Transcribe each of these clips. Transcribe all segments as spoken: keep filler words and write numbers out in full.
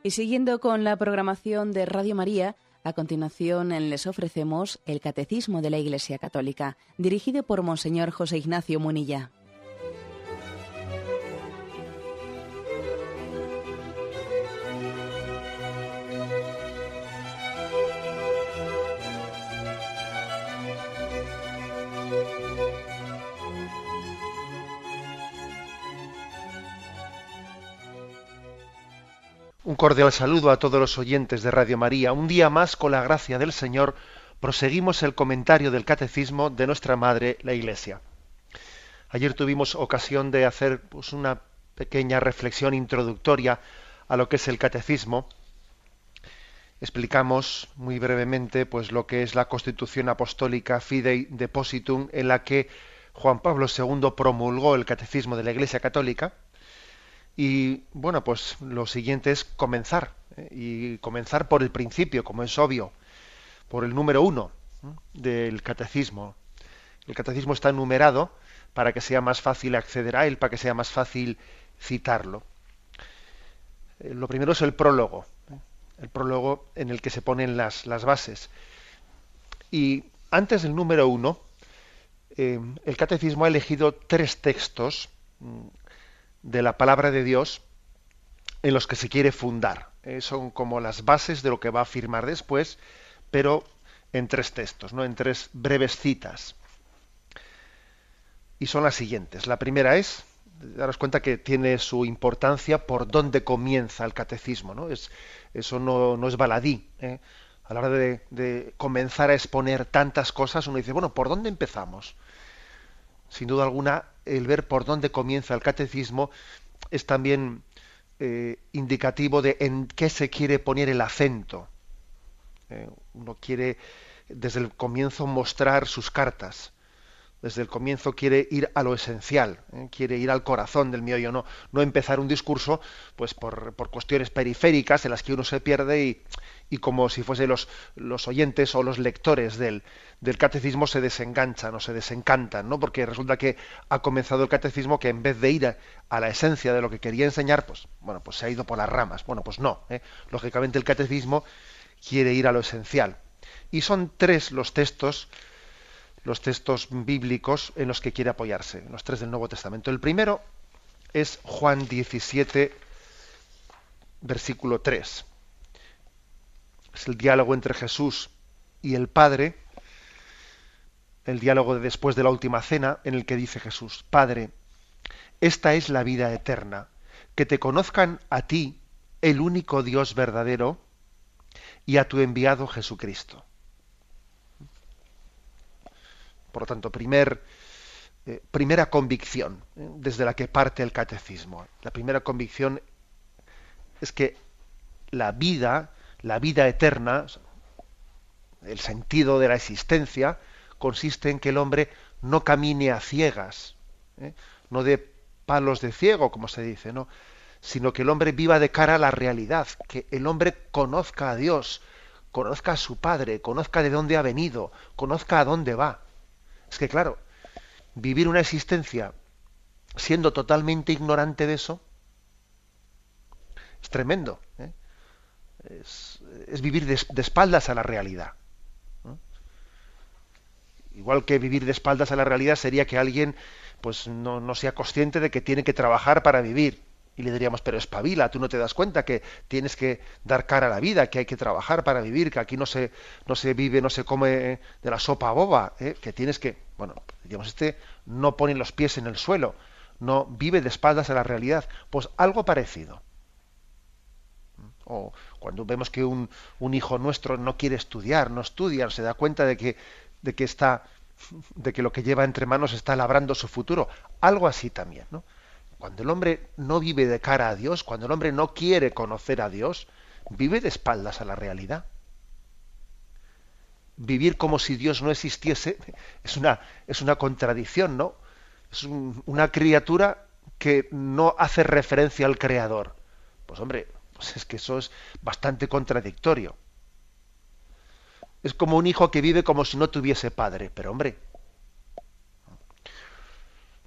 Y siguiendo con la programación de Radio María, a continuación les ofrecemos el Catecismo de la Iglesia Católica, dirigido por Monseñor José Ignacio Munilla. Un cordial saludo a todos los oyentes de Radio María. Un día más, con la gracia del Señor, proseguimos el comentario del Catecismo de nuestra Madre, la Iglesia. Ayer tuvimos ocasión de hacer pues, una pequeña reflexión introductoria a lo que es el Catecismo. Explicamos muy brevemente pues, lo que es la Constitución Apostólica Fidei Depositum, en la que Juan Pablo segundo promulgó el Catecismo de la Iglesia Católica. Y bueno, pues lo siguiente es comenzar, ¿eh? y comenzar por el principio, como es obvio, por el número uno, ¿eh? del catecismo. El catecismo está numerado para que sea más fácil acceder a él, para que sea más fácil citarlo. Eh, lo primero es el prólogo, ¿eh? el prólogo en el que se ponen las, las bases. Y antes del número uno, eh, el catecismo ha elegido tres textos de la palabra de Dios en los que se quiere fundar. Eh, son como las bases de lo que va a afirmar después, pero en tres textos, ¿no? En tres breves citas. Y son las siguientes. La primera es, daros cuenta que tiene su importancia por dónde comienza el catecismo, ¿no? Es, eso no, no es baladí, ¿eh? A la hora de, de comenzar a exponer tantas cosas, uno dice, bueno, ¿por dónde empezamos? Sin duda alguna, el ver por dónde comienza el catecismo es también eh, indicativo de en qué se quiere poner el acento. Eh, uno quiere desde el comienzo mostrar sus cartas. Desde el comienzo quiere ir a lo esencial, ¿eh? quiere ir al corazón del meollo, no, no empezar un discurso pues por, por cuestiones periféricas en las que uno se pierde y, y como si fuese los, los oyentes o los lectores del, del catecismo se desenganchan o se desencantan, ¿no? Porque resulta que ha comenzado el catecismo que en vez de ir a, a la esencia de lo que quería enseñar, pues bueno, pues se ha ido por las ramas. Bueno, pues no, ¿eh? Lógicamente el catecismo quiere ir a lo esencial. Y son tres los textos los textos bíblicos en los que quiere apoyarse, los tres del Nuevo Testamento. El primero es Juan diecisiete, versículo tres. Es el diálogo entre Jesús y el Padre, el diálogo de después de la última cena, en el que dice Jesús, Padre, esta es la vida eterna, que te conozcan a ti, el único Dios verdadero, y a tu enviado Jesucristo. Por lo tanto, primer, eh, primera convicción eh, desde la que parte el catecismo. La primera convicción es que la vida, la vida eterna, el sentido de la existencia, consiste en que el hombre no camine a ciegas, ¿eh? no de palos de ciego, como se dice, ¿no? Sino que el hombre viva de cara a la realidad, que el hombre conozca a Dios, conozca a su Padre, conozca de dónde ha venido, conozca a dónde va. Es que, claro, vivir una existencia siendo totalmente ignorante de eso es tremendo, ¿eh? es, es vivir de, de espaldas a la realidad, ¿no? Igual que vivir de espaldas a la realidad sería que alguien pues no, no sea consciente de que tiene que trabajar para vivir. Y le diríamos, pero espabila, tú no te das cuenta que tienes que dar cara a la vida, que hay que trabajar para vivir, que aquí no se, no se vive, no se come de la sopa boba, ¿eh? que tienes que... Bueno, digamos, este no pone los pies en el suelo, no vive de espaldas a la realidad. Pues algo parecido. O cuando vemos que un, un hijo nuestro no quiere estudiar, no estudia, se da cuenta de que, de que está, de que lo que lleva entre manos está labrando su futuro. Algo así también, ¿no? Cuando el hombre no vive de cara a Dios, cuando el hombre no quiere conocer a Dios, vive de espaldas a la realidad. Vivir como si Dios no existiese es una, es una contradicción, ¿no? Es un, una criatura que no hace referencia al Creador. Pues hombre, pues es que eso es bastante contradictorio. Es como un hijo que vive como si no tuviese padre, pero hombre.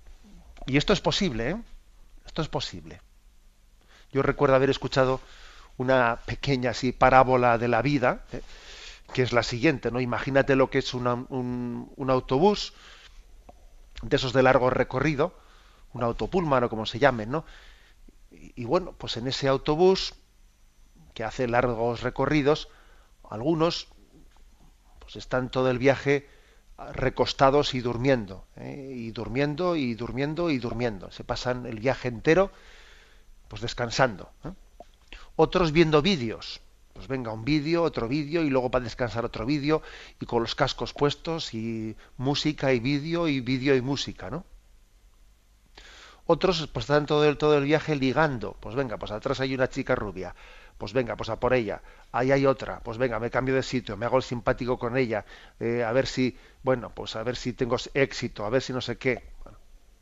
Y esto es posible, ¿eh? Esto es posible. Yo recuerdo haber escuchado una pequeña así parábola de la vida, ¿eh? Que es la siguiente, ¿no? Imagínate lo que es una- un, un autobús de esos de largo recorrido, un autopullman o como se llamen, ¿no? Y, y bueno, pues en ese autobús que hace largos recorridos, algunos pues están todo el viaje recostados y durmiendo, ¿eh? y durmiendo y durmiendo y durmiendo. Se pasan el viaje entero pues descansando, ¿eh? Otros viendo vídeos. Pues venga, un vídeo, otro vídeo, y luego para descansar otro vídeo, y con los cascos puestos, y música y vídeo, y vídeo y música, ¿no? Otros pues están todo el, todo el viaje ligando. Pues venga, pues atrás hay una chica rubia. Pues venga, pues a por ella. Ahí hay otra. Pues venga, me cambio de sitio, me hago el simpático con ella. Eh, a ver si, bueno, pues a ver si tengo éxito, a ver si no sé qué. Bueno.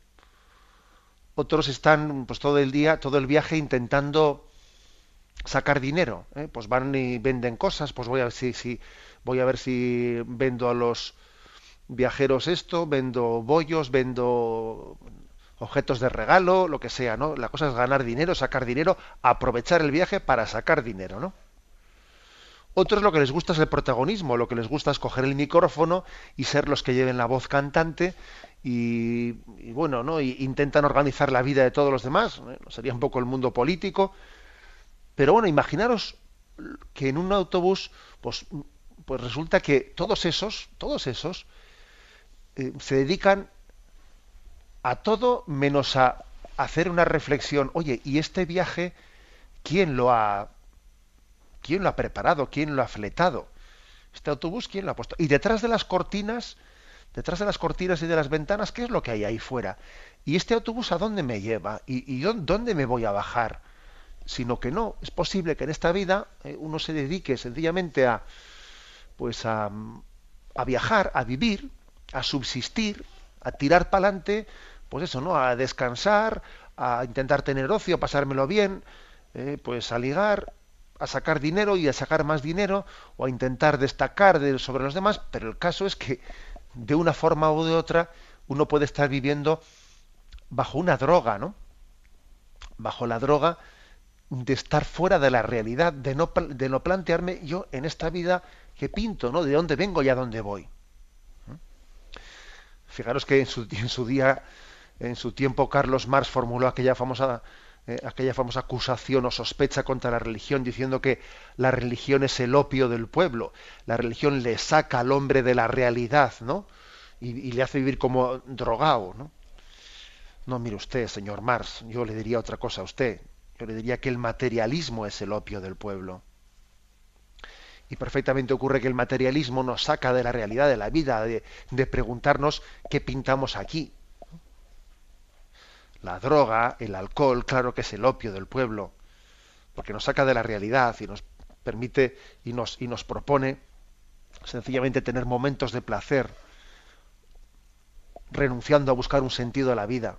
Otros están pues todo el día, todo el viaje intentando sacar dinero, ¿eh? Pues van y venden cosas. Pues voy a ver si, si voy a ver si vendo a los viajeros esto, vendo bollos, vendo objetos de regalo, lo que sea, ¿no? La cosa es ganar dinero, sacar dinero, aprovechar el viaje para sacar dinero, ¿no? Otros lo que les gusta es el protagonismo, lo que les gusta es coger el micrófono y ser los que lleven la voz cantante y, y bueno, ¿no? Y intentan organizar la vida de todos los demás, ¿eh? Sería un poco el mundo político, pero bueno, imaginaros que en un autobús, pues, pues resulta que todos esos, todos esos, eh, se dedican a todo menos a hacer una reflexión. Oye, ¿y este viaje quién lo ha quién lo ha preparado? ¿Quién lo ha fletado? Este autobús, ¿quién lo ha puesto? Y detrás de las cortinas, detrás de las cortinas y de las ventanas, ¿qué es lo que hay ahí fuera? ¿Y este autobús a dónde me lleva? ¿Y, y dónde me voy a bajar? Sino que no, es posible que en esta vida eh, uno se dedique sencillamente a pues a, a viajar, a vivir, a subsistir, a tirar para adelante, pues eso, ¿no? A descansar, a intentar tener ocio, a pasármelo bien, eh, pues a ligar, a sacar dinero y a sacar más dinero, o a intentar destacar de, sobre los demás, pero el caso es que de una forma u de otra uno puede estar viviendo bajo una droga, ¿no? Bajo la droga de estar fuera de la realidad, de no, de no plantearme yo en esta vida qué pinto, ¿no? De dónde vengo y a dónde voy. Fijaros que en su, en su día, en su tiempo, Carlos Marx formuló aquella famosa, eh, aquella famosa acusación o sospecha contra la religión, diciendo que la religión es el opio del pueblo. La religión le saca al hombre de la realidad, ¿no? Y, y le hace vivir como drogado, ¿no? No, mire usted, señor Marx, yo le diría otra cosa a usted. Yo le diría que el materialismo es el opio del pueblo. Y perfectamente ocurre que el materialismo nos saca de la realidad de la vida, de, de preguntarnos qué pintamos aquí. La droga, el alcohol, claro que es el opio del pueblo, porque nos saca de la realidad y nos permite y nos, y nos propone sencillamente tener momentos de placer, renunciando a buscar un sentido a la vida.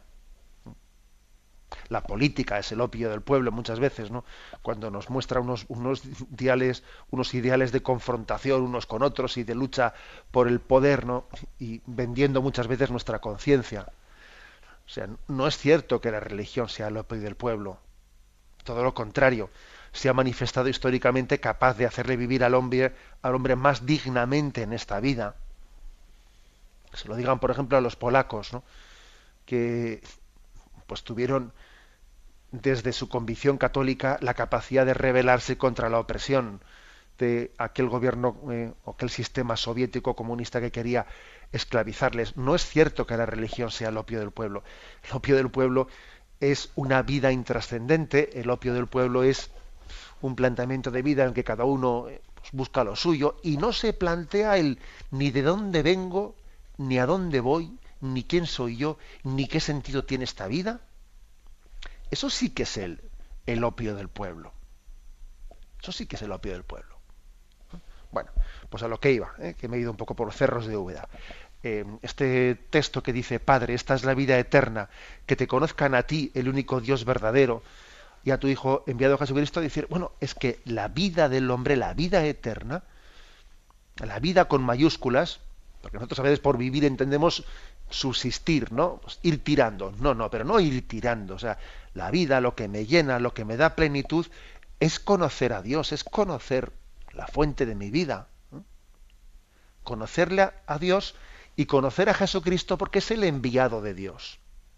La política es el opio del pueblo muchas veces, ¿no? Cuando nos muestra unos, unos ideales, unos ideales de confrontación unos con otros y de lucha por el poder, ¿no? Y vendiendo muchas veces nuestra conciencia. O sea, no es cierto que la religión sea el opio del pueblo. Todo lo contrario, se ha manifestado históricamente capaz de hacerle vivir al hombre, al hombre más dignamente en esta vida. Se lo digan, por ejemplo, a los polacos, ¿no? Que pues tuvieron desde su convicción católica la capacidad de rebelarse contra la opresión de aquel gobierno eh, o aquel sistema soviético comunista que quería esclavizarles. No es cierto que la religión sea el opio del pueblo. El opio del pueblo es una vida intrascendente, el opio del pueblo es un planteamiento de vida en que cada uno eh, pues busca lo suyo y no se plantea el ni de dónde vengo, ni a dónde voy, ni quién soy yo, ni qué sentido tiene esta vida. Eso sí que es el, el opio del pueblo. Eso sí que es el opio del pueblo. Bueno, pues a lo que iba, ¿eh? Que me he ido un poco por los cerros de Úbeda. Eh, este texto que dice, Padre, esta es la vida eterna, que te conozcan a ti, el único Dios verdadero, y a tu Hijo enviado Jesucristo, decir, bueno, es que la vida del hombre, la vida eterna, la vida con mayúsculas, porque nosotros a veces por vivir entendemos subsistir, ¿no? Pues ir tirando. No, no, pero no ir tirando. O sea, la vida, lo que me llena, lo que me da plenitud, es conocer a Dios, es conocer la fuente de mi vida. ¿eh? Conocerle a, a Dios y conocer a Jesucristo porque es el enviado de Dios.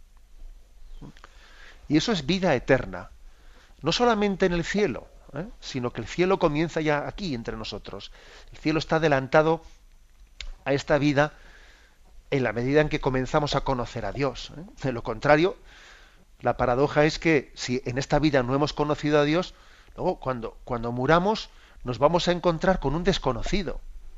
Y eso es vida eterna. No solamente en el cielo, ¿eh? sino que el cielo comienza ya aquí entre nosotros. El cielo está adelantado a esta vida en la medida en que comenzamos a conocer a Dios. ¿eh? De lo contrario, la paradoja es que si en esta vida no hemos conocido a Dios, luego cuando, cuando muramos nos vamos a encontrar con un desconocido.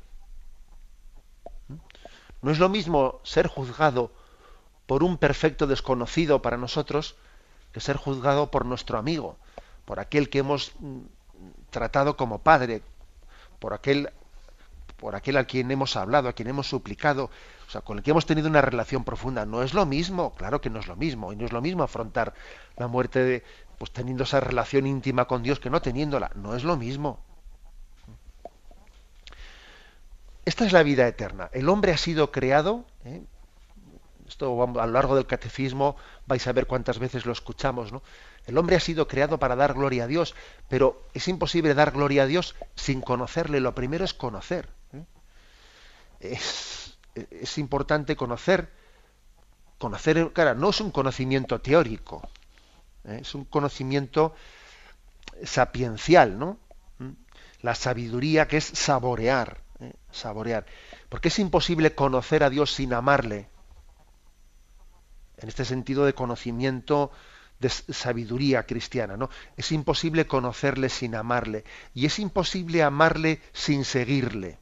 No es lo mismo ser juzgado por un perfecto desconocido para nosotros que ser juzgado por nuestro amigo, por aquel que hemos mm, tratado como padre, por aquel, por aquel a quien hemos hablado, a quien hemos suplicado, o sea, con el que hemos tenido una relación profunda. No es lo mismo, claro que no es lo mismo, y no es lo mismo afrontar la muerte de, pues teniendo esa relación íntima con Dios que no teniéndola. No es lo mismo. Esta es la vida eterna. El hombre ha sido creado, ¿eh? Esto a lo largo del catecismo vais a ver cuántas veces lo escuchamos, ¿no? El hombre ha sido creado para dar gloria a Dios, pero es imposible dar gloria a Dios sin conocerle. Lo primero es conocer. ¿eh? Es, es importante conocer. Conocer, claro, no es un conocimiento teórico, ¿eh? es un conocimiento sapiencial, ¿no? ¿Mm? La sabiduría que es saborear, ¿eh? saborear. Porque es imposible conocer a Dios sin amarle. En este sentido de conocimiento, de sabiduría cristiana, ¿no? Es imposible conocerle sin amarle. Y es imposible amarle sin seguirle.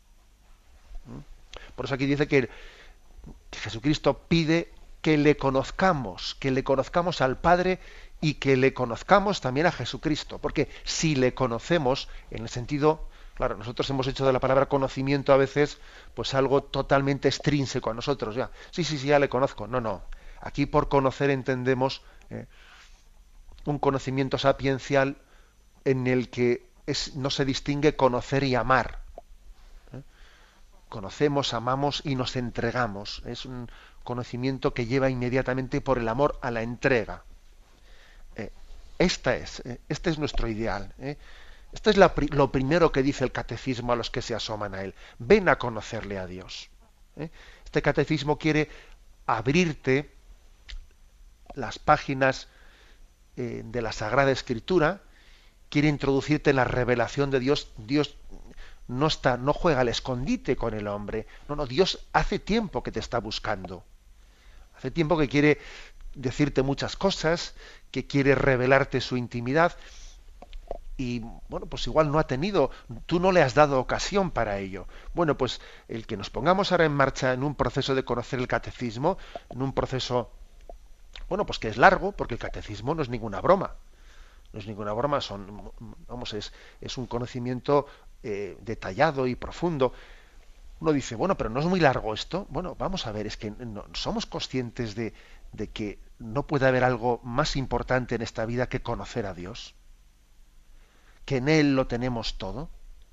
Por eso aquí dice que, que Jesucristo pide que le conozcamos, que le conozcamos al Padre y que le conozcamos también a Jesucristo. Porque si le conocemos, en el sentido, claro, nosotros hemos hecho de la palabra conocimiento a veces pues algo totalmente extrínseco a nosotros. Ya, sí, sí, sí, ya le conozco. No, no. Aquí por conocer entendemos eh, un conocimiento sapiencial en el que es, no se distingue conocer y amar. ¿eh? Conocemos, amamos y nos entregamos. Es un conocimiento que lleva inmediatamente por el amor a la entrega. Eh, esta es, eh, este es nuestro ideal. ¿eh? Esto es la, lo primero que dice el catecismo a los que se asoman a él. Ven a conocerle a Dios. ¿eh? Este catecismo quiere abrirte las páginas eh, de la Sagrada Escritura, quiere introducirte en la revelación de Dios. Dios no está, no juega al escondite con el hombre. No, no, Dios hace tiempo que te está buscando. Hace tiempo que quiere decirte muchas cosas, que quiere revelarte su intimidad. Y bueno, pues igual no ha tenido, tú no le has dado ocasión para ello. Bueno, pues el que nos pongamos ahora en marcha en un proceso de conocer el catecismo, en un proceso bueno, pues que es largo, porque el catecismo no es ninguna broma. No es ninguna broma, son, vamos, es, es un conocimiento eh, detallado y profundo. Uno dice, bueno, pero no es muy largo esto. Bueno, vamos a ver, es que no, somos conscientes de, de que no puede haber algo más importante en esta vida que conocer a Dios. Que en Él lo tenemos todo.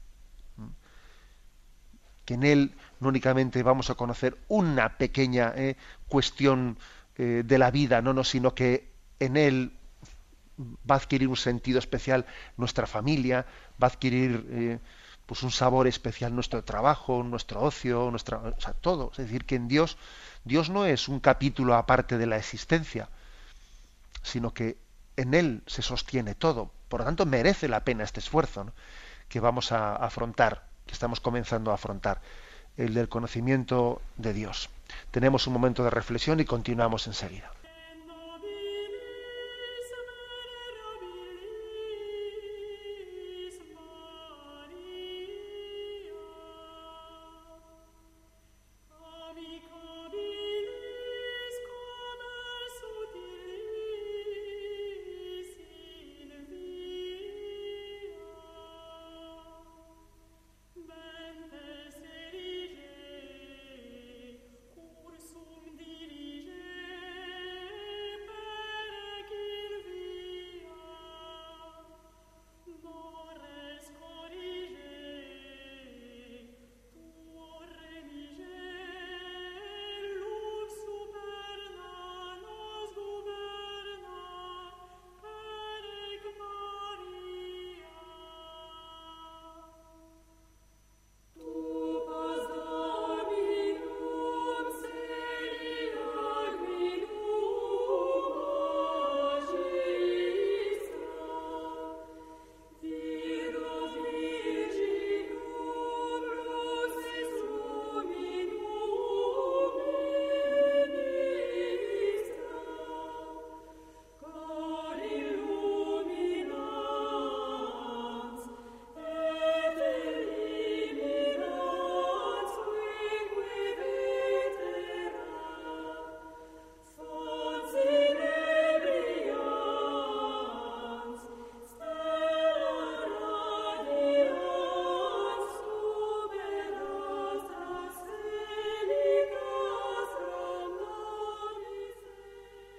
Que en Él no únicamente vamos a conocer una pequeña eh, cuestión eh, de la vida, no, no, sino que en Él va a adquirir un sentido especial nuestra familia, va a adquirir eh, pues un sabor especial nuestro trabajo, nuestro ocio, nuestra, o sea, todo. Es decir, que en Dios, Dios no es un capítulo aparte de la existencia, sino que en Él se sostiene todo. Por lo tanto, merece la pena este esfuerzo, ¿no? que vamos a afrontar, que estamos comenzando a afrontar, el del conocimiento de Dios. Tenemos un momento de reflexión y continuamos enseguida.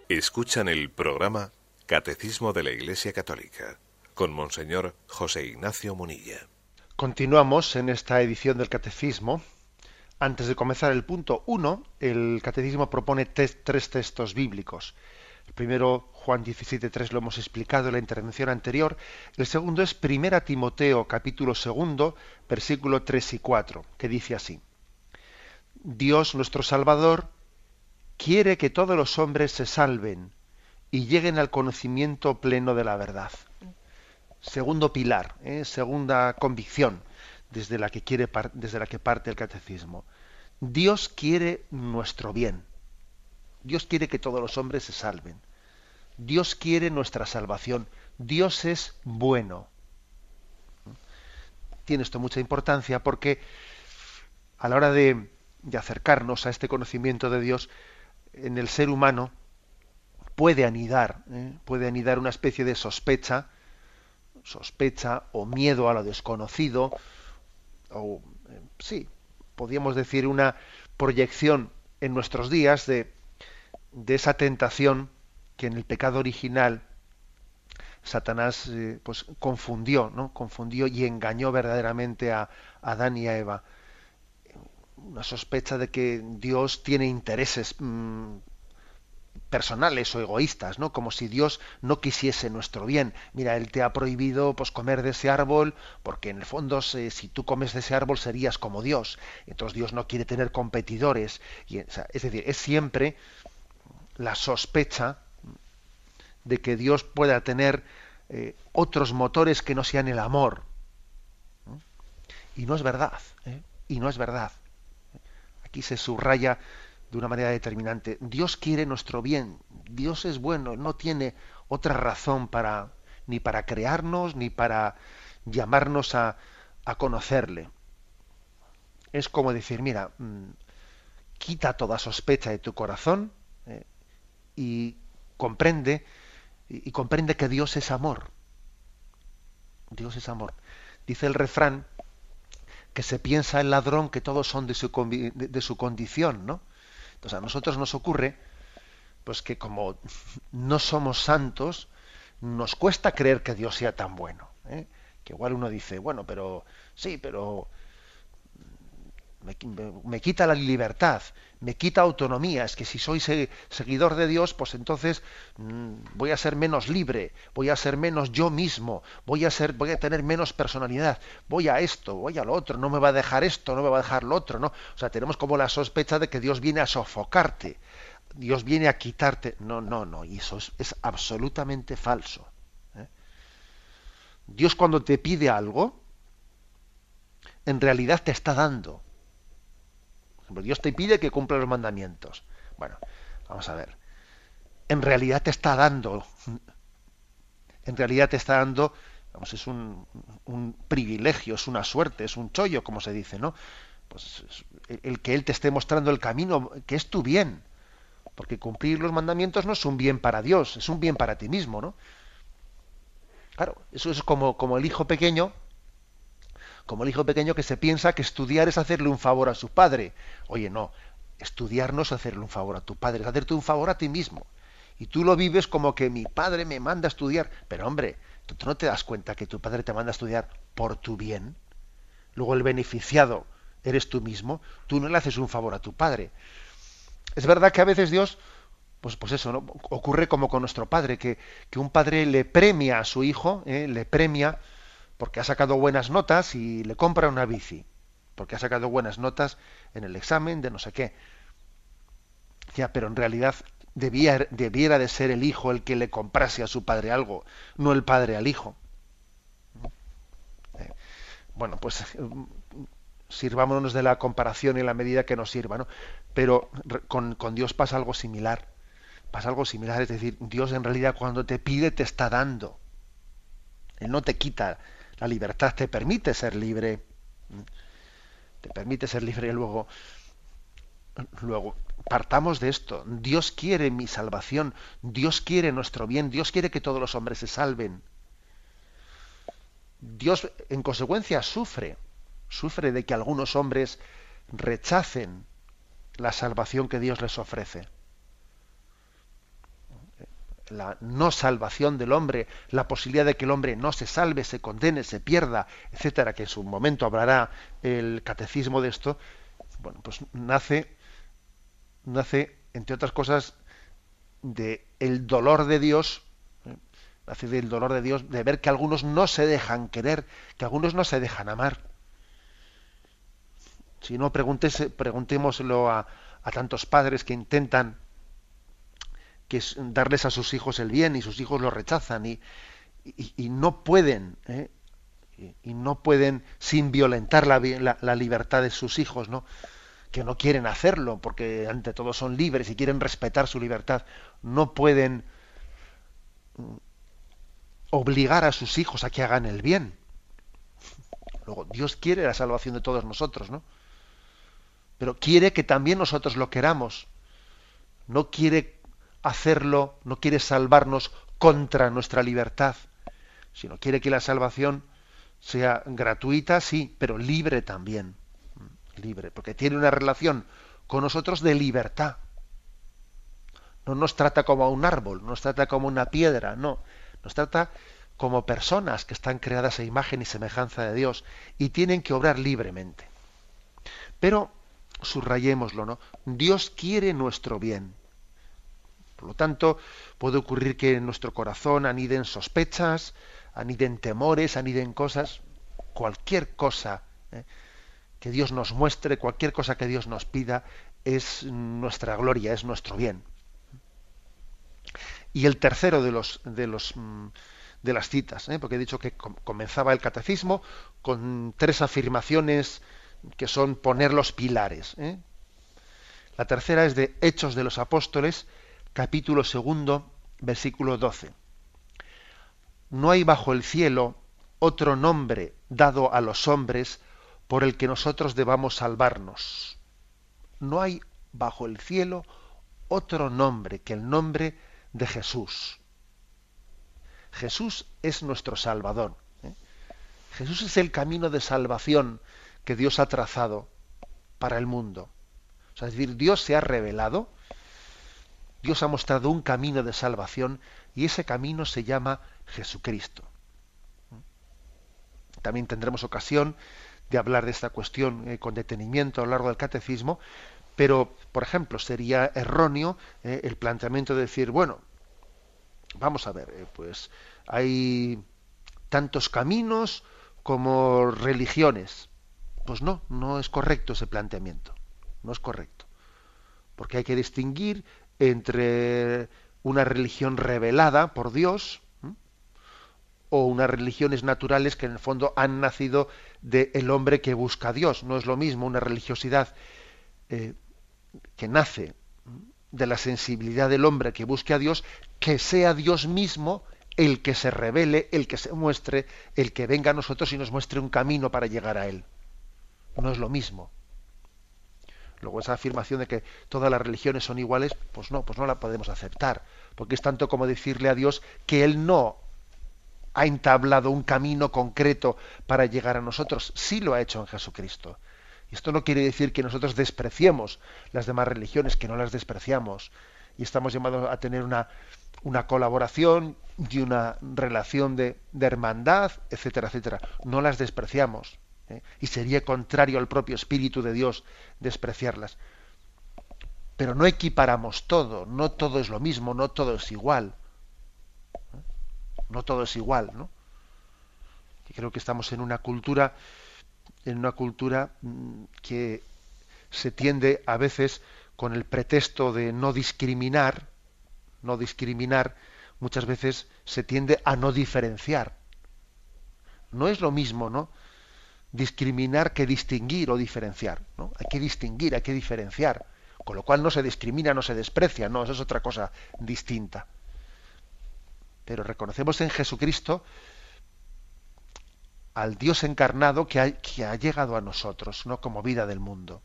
Escuchan el programa Catecismo de la Iglesia Católica con Monseñor José Ignacio Munilla. Continuamos en esta edición del Catecismo. Antes de comenzar el punto uno, el Catecismo propone tres, tres textos bíblicos. El primero, Juan diecisiete tres, lo hemos explicado en la intervención anterior. El segundo es Primera Timoteo, capítulo segundo, versículo tres y cuatro, que dice así: Dios nuestro Salvador quiere que todos los hombres se salven y lleguen al conocimiento pleno de la verdad. Segundo pilar, ¿eh? segunda convicción desde la que quiere desde la que parte el catecismo. Dios quiere nuestro bien. Dios quiere que todos los hombres se salven. Dios quiere nuestra salvación. Dios es bueno. Tiene esto mucha importancia porque a la hora de, de acercarnos a este conocimiento de Dios, en el ser humano puede anidar, ¿eh? puede anidar una especie de sospecha, sospecha o miedo a lo desconocido, o eh, sí, podríamos decir una proyección en nuestros días de, de esa tentación que en el pecado original Satanás eh, pues confundió, ¿no? Confundió y engañó verdaderamente a, a Adán y a Eva. Una sospecha de que Dios tiene intereses mmm, personales o egoístas, ¿no? Como si Dios no quisiese nuestro bien. Mira, Él te ha prohibido pues comer de ese árbol porque en el fondo eh, si tú comes de ese árbol serías como Dios. Entonces Dios no quiere tener competidores. Y, o sea, es decir, es siempre la sospecha de que Dios pueda tener eh, otros motores que no sean el amor. ¿no? Y no es verdad. ¿eh? Y no es verdad. Aquí se subraya de una manera determinante. Dios quiere nuestro bien. Dios es bueno. No tiene otra razón para ni para crearnos ni para llamarnos a, a conocerle. Es como decir, mira, mmm, quita toda sospecha de tu corazón eh, y comprende y, y comprende que Dios es amor. Dios es amor. Dice el refrán que se piensa el ladrón que todos son de su, de, de su condición, ¿no? Entonces a nosotros nos ocurre pues que como no somos santos, nos cuesta creer que Dios sea tan bueno. ¿eh? Que igual uno dice, bueno, pero sí, pero me, me, me quita la libertad, me quita autonomía. Es que si soy se, seguidor de Dios, pues entonces mmm, voy a ser menos libre, voy a ser menos yo mismo, voy a ser, voy a tener menos personalidad, voy a esto, voy a lo otro, no me va a dejar esto, no me va a dejar lo otro, ¿no? O sea, tenemos como la sospecha de que Dios viene a sofocarte, Dios viene a quitarte. No, no, no, y eso es, es absolutamente falso. ¿eh? Dios cuando te pide algo, en realidad te está dando. Por ejemplo, Dios te pide que cumpla los mandamientos. Bueno, vamos a ver. En realidad te está dando. En realidad te está dando, vamos, es un, un privilegio, es una suerte, es un chollo, como se dice, ¿no? Pues el que Él te esté mostrando el camino, que es tu bien. Porque cumplir los mandamientos no es un bien para Dios, es un bien para ti mismo, ¿no? Claro, eso es como, como el hijo pequeño, como el hijo pequeño que se piensa que estudiar es hacerle un favor a su padre. Oye, no, estudiar no es hacerle un favor a tu padre, es hacerte un favor a ti mismo. Y tú lo vives como que mi padre me manda a estudiar. Pero hombre, ¿tú no te das cuenta que tu padre te manda a estudiar por tu bien? Luego el beneficiado eres tú mismo, tú no le haces un favor a tu padre. Es verdad que a veces Dios, pues, pues eso, ¿no? Ocurre como con nuestro padre, que, que un padre le premia a su hijo, ¿eh? le premia porque ha sacado buenas notas y le compra una bici, porque ha sacado buenas notas en el examen de no sé qué. Ya, pero en realidad debía, debiera de ser el hijo el que le comprase a su padre algo, no el padre al hijo. Eh, bueno, pues sirvámonos de la comparación en la medida que nos sirva, ¿no? Pero con, con Dios pasa algo similar. Pasa algo similar, es decir, Dios en realidad cuando te pide te está dando. Él no te quita la libertad, te permite ser libre. Te permite ser libre y luego, luego partamos de esto. Dios quiere mi salvación, Dios quiere nuestro bien, Dios quiere que todos los hombres se salven. Dios, en consecuencia, sufre, sufre de que algunos hombres rechacen la salvación que Dios les ofrece. la no salvación del hombre, la posibilidad de que el hombre no se salve, se condene, se pierda, etcétera, que en su momento hablará el catecismo de esto, bueno, pues nace, nace, entre otras cosas, de el dolor de Dios, ¿eh? nace del dolor de Dios, de ver que algunos no se dejan querer, que algunos no se dejan amar. Si no, preguntémoslo a, a tantos padres que intentan que es darles a sus hijos el bien y sus hijos lo rechazan y, y, y no pueden ¿eh? y, y no pueden sin violentar la, la, la libertad de sus hijos, ¿no? Que no quieren hacerlo porque ante todo son libres y quieren respetar su libertad, no pueden obligar a sus hijos a que hagan el bien. Luego Dios quiere la salvación de todos nosotros, ¿no? Pero quiere que también nosotros lo queramos. No quiere hacerlo, no quiere salvarnos contra nuestra libertad, sino quiere que la salvación sea gratuita, sí, pero libre también. Libre, porque tiene una relación con nosotros de libertad. No nos trata como a un árbol, no nos trata como una piedra, no. Nos trata como personas que están creadas a imagen y semejanza de Dios y tienen que obrar libremente. Pero, subrayémoslo, ¿no? Dios quiere nuestro bien. Por lo tanto, puede ocurrir que en nuestro corazón aniden sospechas, aniden temores, aniden cosas, cualquier cosa ¿eh? que Dios nos muestre, cualquier cosa que Dios nos pida, es nuestra gloria, es nuestro bien. Y el tercero de los de los de las citas, ¿eh? porque he dicho que comenzaba el catecismo con tres afirmaciones que son poner los pilares. ¿eh? La tercera es de Hechos de los Apóstoles, capítulo segundo, versículo doce. No hay bajo el cielo otro nombre dado a los hombres por el que nosotros debamos salvarnos. No hay bajo el cielo otro nombre que el nombre de Jesús. Jesús es nuestro Salvador. ¿eh? Jesús es el camino de salvación que Dios ha trazado para el mundo. O sea, es decir, Dios se ha revelado, Dios ha mostrado un camino de salvación y ese camino se llama Jesucristo. También tendremos ocasión de hablar de esta cuestión eh, con detenimiento a lo largo del catecismo, pero, por ejemplo, sería erróneo eh, el planteamiento de decir, bueno, vamos a ver, eh, pues hay tantos caminos como religiones. Pues no, no es correcto ese planteamiento, no es correcto, porque hay que distinguir entre una religión revelada por Dios ¿sí? o unas religiones naturales que en el fondo han nacido del hombre que busca a Dios. No es lo mismo una religiosidad eh, que nace de la sensibilidad del hombre que busque a Dios, que sea Dios mismo el que se revele, el que se muestre, el que venga a nosotros y nos muestre un camino para llegar a Él. No es lo mismo. Luego esa afirmación de que todas las religiones son iguales, pues no, pues no la podemos aceptar, porque es tanto como decirle a Dios que Él no ha entablado un camino concreto para llegar a nosotros. Sí lo ha hecho en Jesucristo. Y esto no quiere decir que nosotros despreciemos las demás religiones, que no las despreciamos. Y estamos llamados a tener una, una colaboración y una relación de, de hermandad, etcétera, etcétera. No las despreciamos. ¿eh? Y sería contrario al propio Espíritu de Dios despreciarlas. Pero no equiparamos todo, no todo es lo mismo, no todo es igual. ¿eh? No todo es igual, ¿no? Y creo que estamos en una cultura en una cultura que se tiende a veces con el pretexto de no discriminar, no discriminar, muchas veces se tiende a no diferenciar. No es lo mismo, ¿no? Discriminar que distinguir o diferenciar, ¿no? Hay que distinguir, hay que diferenciar, con lo cual no se discrimina, no se desprecia, no, eso es otra cosa distinta. Pero reconocemos en Jesucristo al Dios encarnado que ha, que ha llegado a nosotros, no como vida del mundo.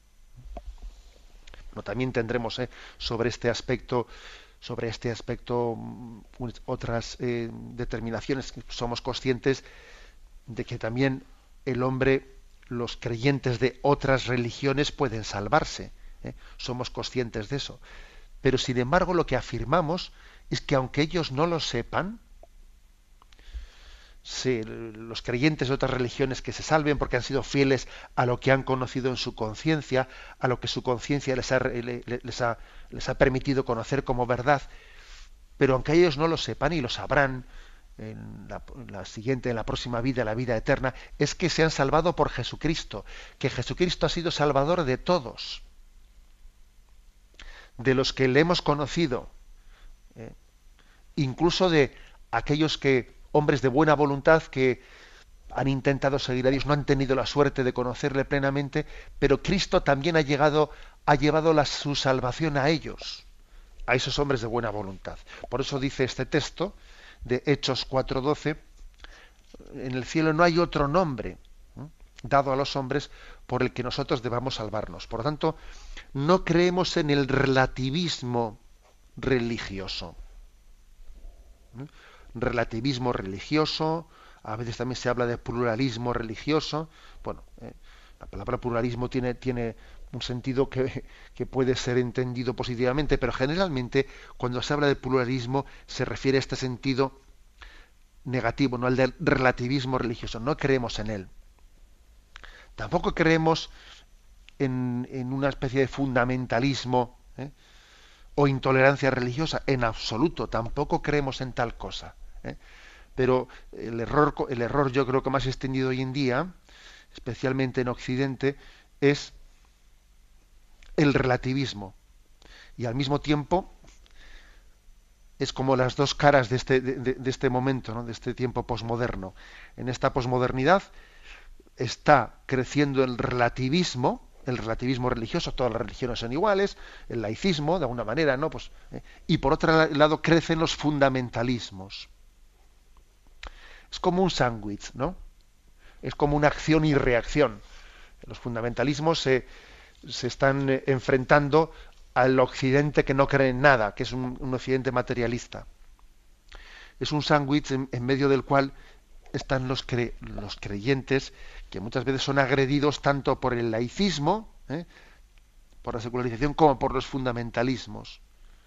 Bueno, también tendremos eh, sobre este aspecto, sobre este aspecto otras eh, determinaciones. Somos conscientes de que también el hombre, los creyentes de otras religiones pueden salvarse. ¿eh? Somos conscientes de eso. Pero sin embargo, lo que afirmamos es que aunque ellos no lo sepan, se, los creyentes de otras religiones que se salven porque han sido fieles a lo que han conocido en su conciencia, a lo que su conciencia les ha, les, ha, les ha permitido conocer como verdad, pero aunque ellos no lo sepan y lo sabrán en la, en la siguiente, en la próxima vida, la vida eterna, es que se han salvado por Jesucristo, que Jesucristo ha sido salvador de todos, de los que le hemos conocido, eh, incluso de aquellos que hombres de buena voluntad que han intentado seguir a Dios, no han tenido la suerte de conocerle plenamente, pero Cristo también ha llegado, ha llevado la, su salvación a ellos, a esos hombres de buena voluntad. Por eso dice este texto de Hechos cuatro doce, en el cielo no hay otro nombre ¿eh? dado a los hombres por el que nosotros debamos salvarnos. Por lo tanto, no creemos en el relativismo religioso. ¿eh? Relativismo religioso, a veces también se habla de pluralismo religioso. Bueno, eh, la palabra pluralismo tiene, tiene un sentido que, que puede ser entendido positivamente, pero generalmente cuando se habla de pluralismo se refiere a este sentido negativo, no al del relativismo religioso. No creemos en él. Tampoco creemos en, en una especie de fundamentalismo ¿eh? o intolerancia religiosa, en absoluto. Tampoco creemos en tal cosa. ¿eh? Pero el error, el error yo creo que más extendido hoy en día, especialmente en Occidente, es el relativismo. Y al mismo tiempo es como las dos caras de este, de, de este momento, ¿no? de este tiempo posmoderno. En esta posmodernidad está creciendo el relativismo, el relativismo religioso, todas las religiones son iguales, el laicismo, de alguna manera, ¿no? Pues, ¿eh? Y por otro lado crecen los fundamentalismos. Es como un sándwich, ¿no? Es como una acción y reacción. Los fundamentalismos se, se están eh, enfrentando al occidente que no cree en nada, que es un, un occidente materialista. Es un sándwich en, en medio del cual están los, cre, los creyentes que muchas veces son agredidos tanto por el laicismo, ¿eh? por la secularización, como por los fundamentalismos.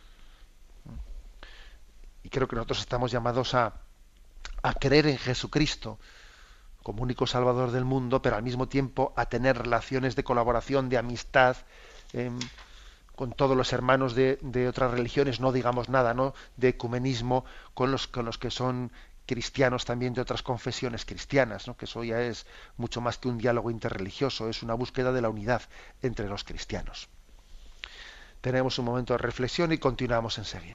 Y creo que nosotros estamos llamados a, a creer en Jesucristo como único Salvador del mundo, pero al mismo tiempo a tener relaciones de colaboración, de amistad, eh, con todos los hermanos de, de otras religiones, no digamos nada, ¿no? de ecumenismo con los, con los que son cristianos también de otras confesiones cristianas, ¿no? que eso ya es mucho más que un diálogo interreligioso, es una búsqueda de la unidad entre los cristianos. Tenemos un momento de reflexión y continuamos enseguida.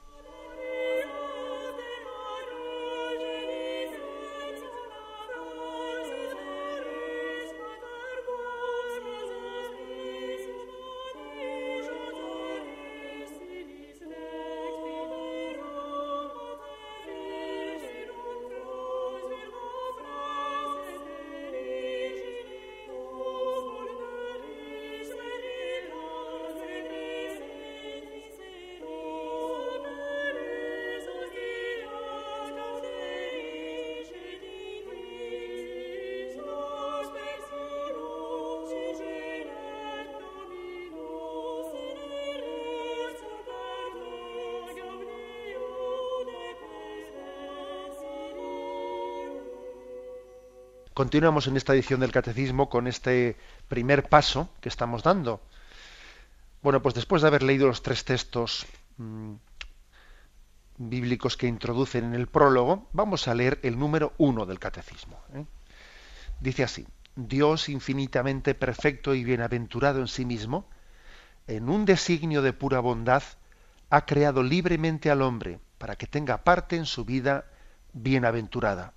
Continuamos en esta edición del Catecismo con este primer paso que estamos dando. Bueno, pues después de haber leído los tres textos mmm, bíblicos que introducen en el prólogo, vamos a leer el número uno del Catecismo. ¿eh? Dice así: Dios infinitamente perfecto y bienaventurado en sí mismo, en un designio de pura bondad, ha creado libremente al hombre para que tenga parte en su vida bienaventurada.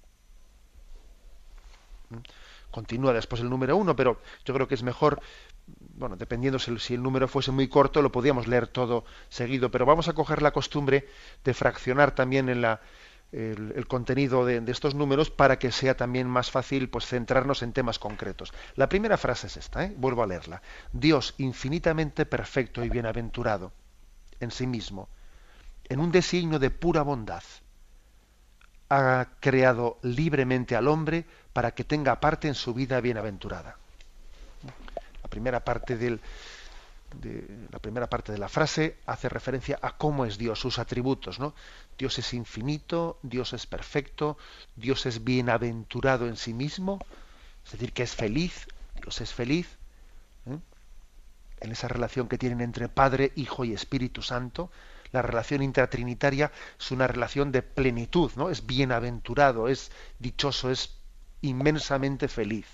Continúa después el número uno, pero yo creo que es mejor, bueno, dependiendo si el número fuese muy corto, lo podíamos leer todo seguido, pero vamos a coger la costumbre de fraccionar también en la, el, el contenido de, de estos números para que sea también más fácil pues centrarnos en temas concretos. La primera frase es esta, ¿eh? vuelvo a leerla. Dios infinitamente perfecto y bienaventurado en sí mismo, en un designio de pura bondad, ha creado libremente al hombre para que tenga parte en su vida bienaventurada. La primera parte del, de la primera parte de la frase hace referencia a cómo es Dios, sus atributos, ¿no? Dios es infinito, Dios es perfecto, Dios es bienaventurado en sí mismo, es decir, que es feliz, Dios es feliz, ¿eh? En esa relación que tienen entre Padre, Hijo y Espíritu Santo. La relación intratrinitaria es una relación de plenitud, ¿no? Es bienaventurado, es dichoso, es inmensamente feliz.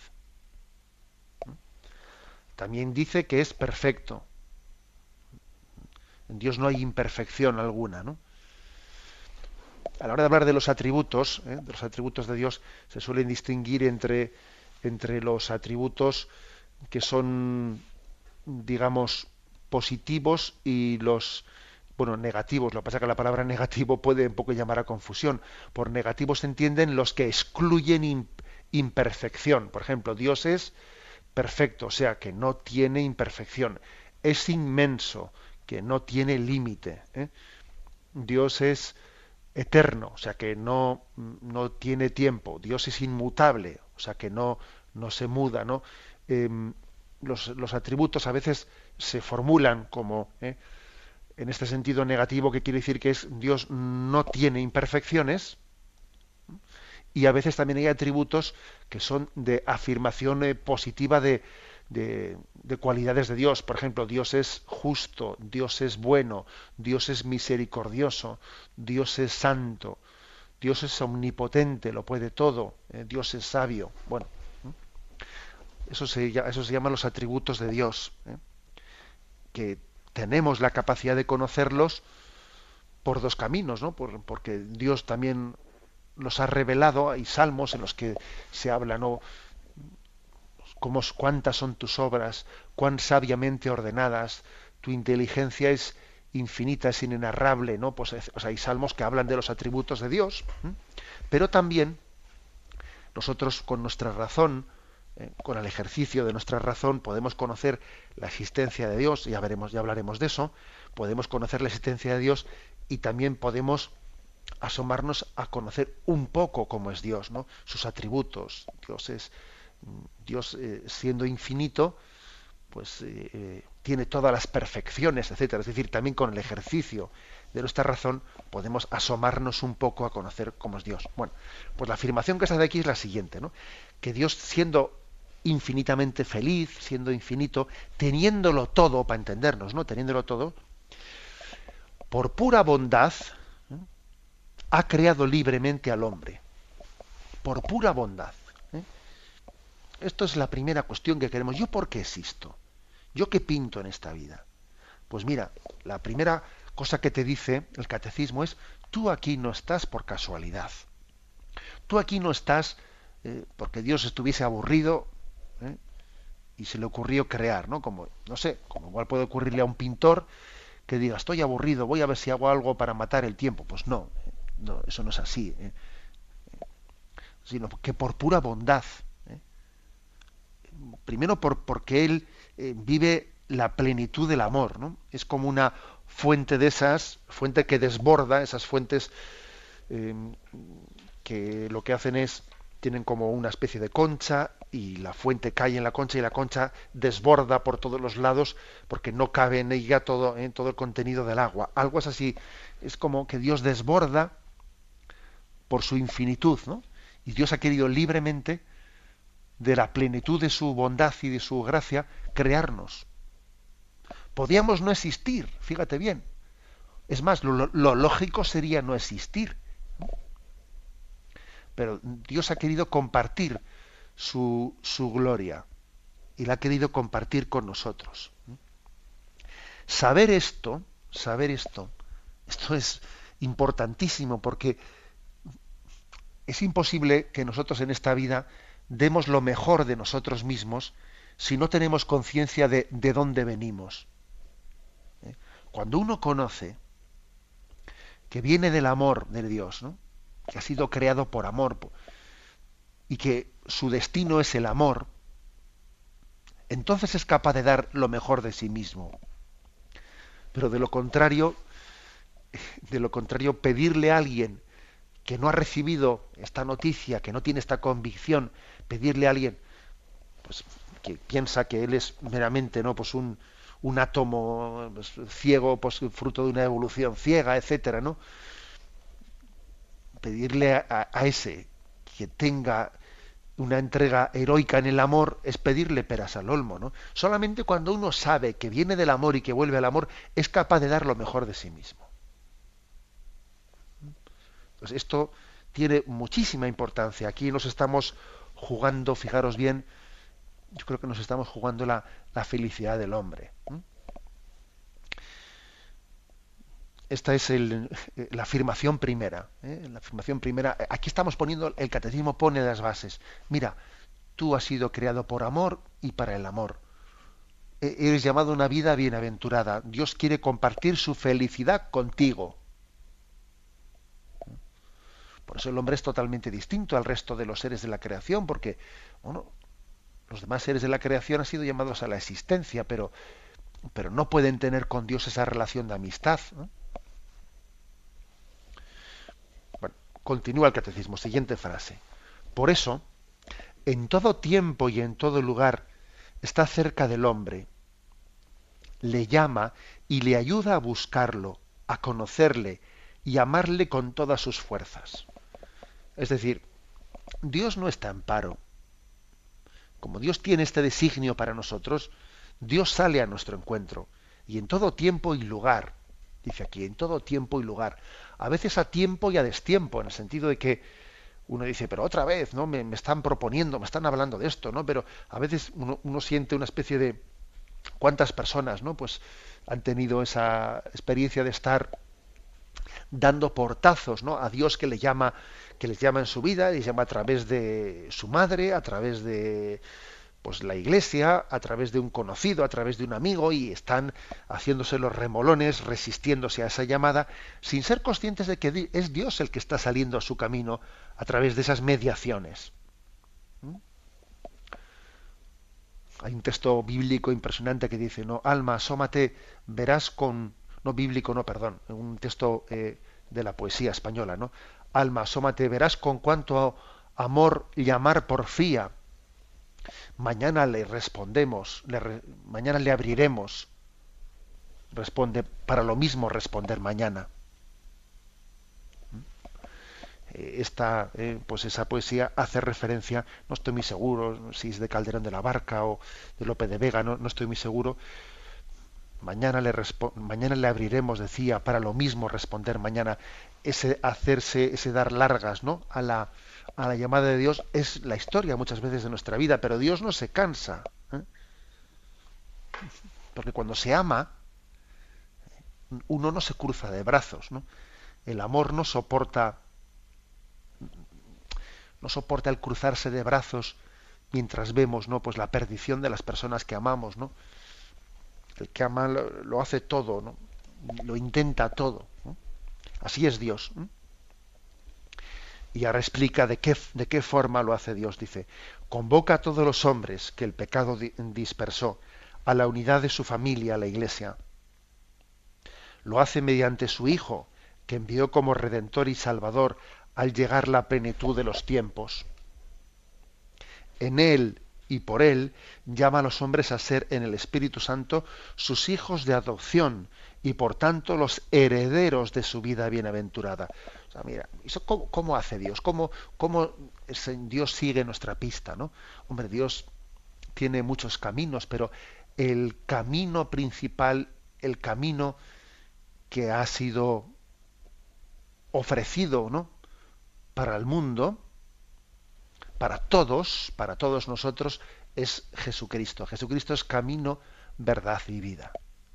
También dice que es perfecto. En Dios no hay imperfección alguna, ¿no? A la hora de hablar de los atributos, ¿eh? de los atributos de Dios, se suelen distinguir entre, entre los atributos que son, digamos, positivos y los, bueno, negativos. Lo que pasa es que la palabra negativo puede un poco llamar a confusión. Por negativos se entienden los que excluyen imp- imperfección. Por ejemplo, Dios es perfecto, o sea, que no tiene imperfección. Es inmenso, que no tiene límite. ¿eh? Dios es eterno, o sea, que no, no tiene tiempo. Dios es inmutable, o sea, que no, no se muda, ¿no? Eh, los, los atributos a veces se formulan como, ¿eh? en este sentido negativo, que quiere decir que es Dios no tiene imperfecciones, y a veces también hay atributos que son de afirmación eh, positiva de, de, de cualidades de Dios. Por ejemplo, Dios es justo, Dios es bueno, Dios es misericordioso, Dios es santo, Dios es omnipotente, lo puede todo, eh, Dios es sabio. Bueno, eso se, eso se llama los atributos de Dios, ¿eh? que tenemos la capacidad de conocerlos por dos caminos, ¿no? Por, porque Dios también los ha revelado. Hay salmos en los que se habla, ¿no? Cómo, cuántas son tus obras, cuán sabiamente ordenadas, tu inteligencia es infinita, es inenarrable, ¿no? Pues, pues hay salmos que hablan de los atributos de Dios, ¿eh? Pero también nosotros con nuestra razón, eh, con el ejercicio de nuestra razón, podemos conocer la existencia de Dios, ya veremos, ya hablaremos de eso, podemos conocer la existencia de Dios y también podemos asomarnos a conocer un poco cómo es Dios, ¿no? Sus atributos. Dios es Dios eh, siendo infinito, pues eh, eh, tiene todas las perfecciones, etcétera. Es decir, también con el ejercicio de nuestra razón podemos asomarnos un poco a conocer cómo es Dios. Bueno, pues la afirmación que se hace aquí es la siguiente, ¿no? Que Dios, siendo infinitamente feliz, siendo infinito, teniéndolo todo, para entendernos, ¿no? Teniéndolo todo, por pura bondad, ¿eh? ha creado libremente al hombre. Por pura bondad. ¿eh? Esto es la primera cuestión que queremos. ¿Yo por qué existo? ¿Yo qué pinto en esta vida? Pues mira, la primera cosa que te dice el catecismo es: tú aquí no estás por casualidad. Tú aquí no estás eh, porque Dios estuviese aburrido ¿eh? y se le ocurrió crear, ¿no? Como, no sé, como igual puede ocurrirle a un pintor que diga: estoy aburrido, voy a ver si hago algo para matar el tiempo. Pues no, no, eso no es así. ¿eh? Sino que por pura bondad. ¿eh? Primero por, porque Él eh, vive la plenitud del amor, ¿no? Es como una fuente de esas, fuente que desborda, esas fuentes eh, que lo que hacen es, tienen como una especie de concha y la fuente cae en la concha y la concha desborda por todos los lados porque no cabe en ella todo, eh, todo el contenido del agua. Algo es así, es como que Dios desborda por su infinitud, ¿no? Y Dios ha querido libremente, de la plenitud de su bondad y de su gracia, crearnos. Podíamos no existir, fíjate bien. Es más, lo, lo lógico sería no existir. Pero Dios ha querido compartir su, su gloria y la ha querido compartir con nosotros. Saber esto, saber esto, esto es importantísimo porque es imposible que nosotros en esta vida demos lo mejor de nosotros mismos si no tenemos conciencia de, de dónde venimos. ¿Eh? Cuando uno conoce que viene del amor de Dios, ¿no? que ha sido creado por amor y que su destino es el amor, entonces es capaz de dar lo mejor de sí mismo. Pero de lo contrario, de lo contrario, pedirle a alguien que no ha recibido esta noticia, que no tiene esta convicción, pedirle a alguien pues, que piensa que él es meramente, ¿no? pues un, un átomo pues, ciego, pues fruto de una evolución ciega, etcétera, ¿no? Pedirle a, a ese que tenga una entrega heroica en el amor es pedirle peras al olmo, ¿no? Solamente cuando uno sabe que viene del amor y que vuelve al amor es capaz de dar lo mejor de sí mismo. Entonces esto tiene muchísima importancia. Aquí nos estamos jugando, fijaros bien, yo creo que nos estamos jugando la, la felicidad del hombre. Esta es el, la afirmación primera. ¿eh? La afirmación primera. Aquí estamos poniendo, el catecismo pone las bases. Mira, tú has sido creado por amor y para el amor. Eres llamado a una vida bienaventurada. Dios quiere compartir su felicidad contigo. Por eso el hombre es totalmente distinto al resto de los seres de la creación, porque bueno, los demás seres de la creación han sido llamados a la existencia, pero, pero no pueden tener con Dios esa relación de amistad, ¿no? Bueno, continúa el catecismo, siguiente frase. Por eso, en todo tiempo y en todo lugar está cerca del hombre, le llama y le ayuda a buscarlo, a conocerle y amarle con todas sus fuerzas. Es decir, Dios no está en paro. Como Dios tiene este designio para nosotros, Dios sale a nuestro encuentro. Y en todo tiempo y lugar. Dice aquí, en todo tiempo y lugar. A veces a tiempo y a destiempo, en el sentido de que uno dice, pero otra vez, ¿no? Me, me están proponiendo, me están hablando de esto, ¿no? Pero a veces uno, uno siente una especie de... ¿Cuántas personas, ¿no? Pues han tenido esa experiencia de estar dando portazos, ¿no? A Dios que le llama, que les llama en su vida, les llama a través de su madre, a través de pues la iglesia, a través de un conocido, a través de un amigo, y están haciéndose los remolones, resistiéndose a esa llamada, sin ser conscientes de que es Dios el que está saliendo a su camino a través de esas mediaciones. ¿Mm? Hay un texto bíblico impresionante que dice, no, alma, asómate, verás con, no bíblico, no, perdón, un texto eh, de la poesía española, ¿no? Alma, asómate, verás con cuánto amor llamar porfía. Mañana le respondemos, le re, mañana le abriremos. Responde, para lo mismo responder mañana. Esta, eh, pues esa poesía hace referencia, no estoy muy seguro si es de Calderón de la Barca o de Lope de Vega, no, no estoy muy seguro. Mañana le, mañana le abriremos, decía, para lo mismo responder mañana. Ese hacerse, ese dar largas, ¿no? a la, a la llamada de Dios es la historia muchas veces de nuestra vida, pero Dios no se cansa. ¿eh? Porque cuando se ama, uno no se cruza de brazos, ¿no? El amor no soporta no soporta el cruzarse de brazos mientras vemos, ¿no? Pues la perdición de las personas que amamos, ¿no? El que ama lo, lo hace todo, ¿no? Lo intenta todo, ¿no? Así es Dios. ¿no? Y ahora explica de qué, de qué forma lo hace Dios. Dice, convoca a todos los hombres que el pecado di- dispersó a la unidad de su familia, a la Iglesia. Lo hace mediante su Hijo, que envió como Redentor y Salvador al llegar la plenitud de los tiempos. En Él y por Él llama a los hombres a ser en el Espíritu Santo sus hijos de adopción y por tanto los herederos de su vida bienaventurada. O sea, mira, ¿eso cómo, cómo hace Dios? ¿Cómo, cómo Dios sigue nuestra pista, ¿no? Hombre, Dios tiene muchos caminos, pero el camino principal, el camino que ha sido ofrecido, ¿no? para el mundo, para todos, para todos nosotros, es Jesucristo. Jesucristo es camino, verdad y vida.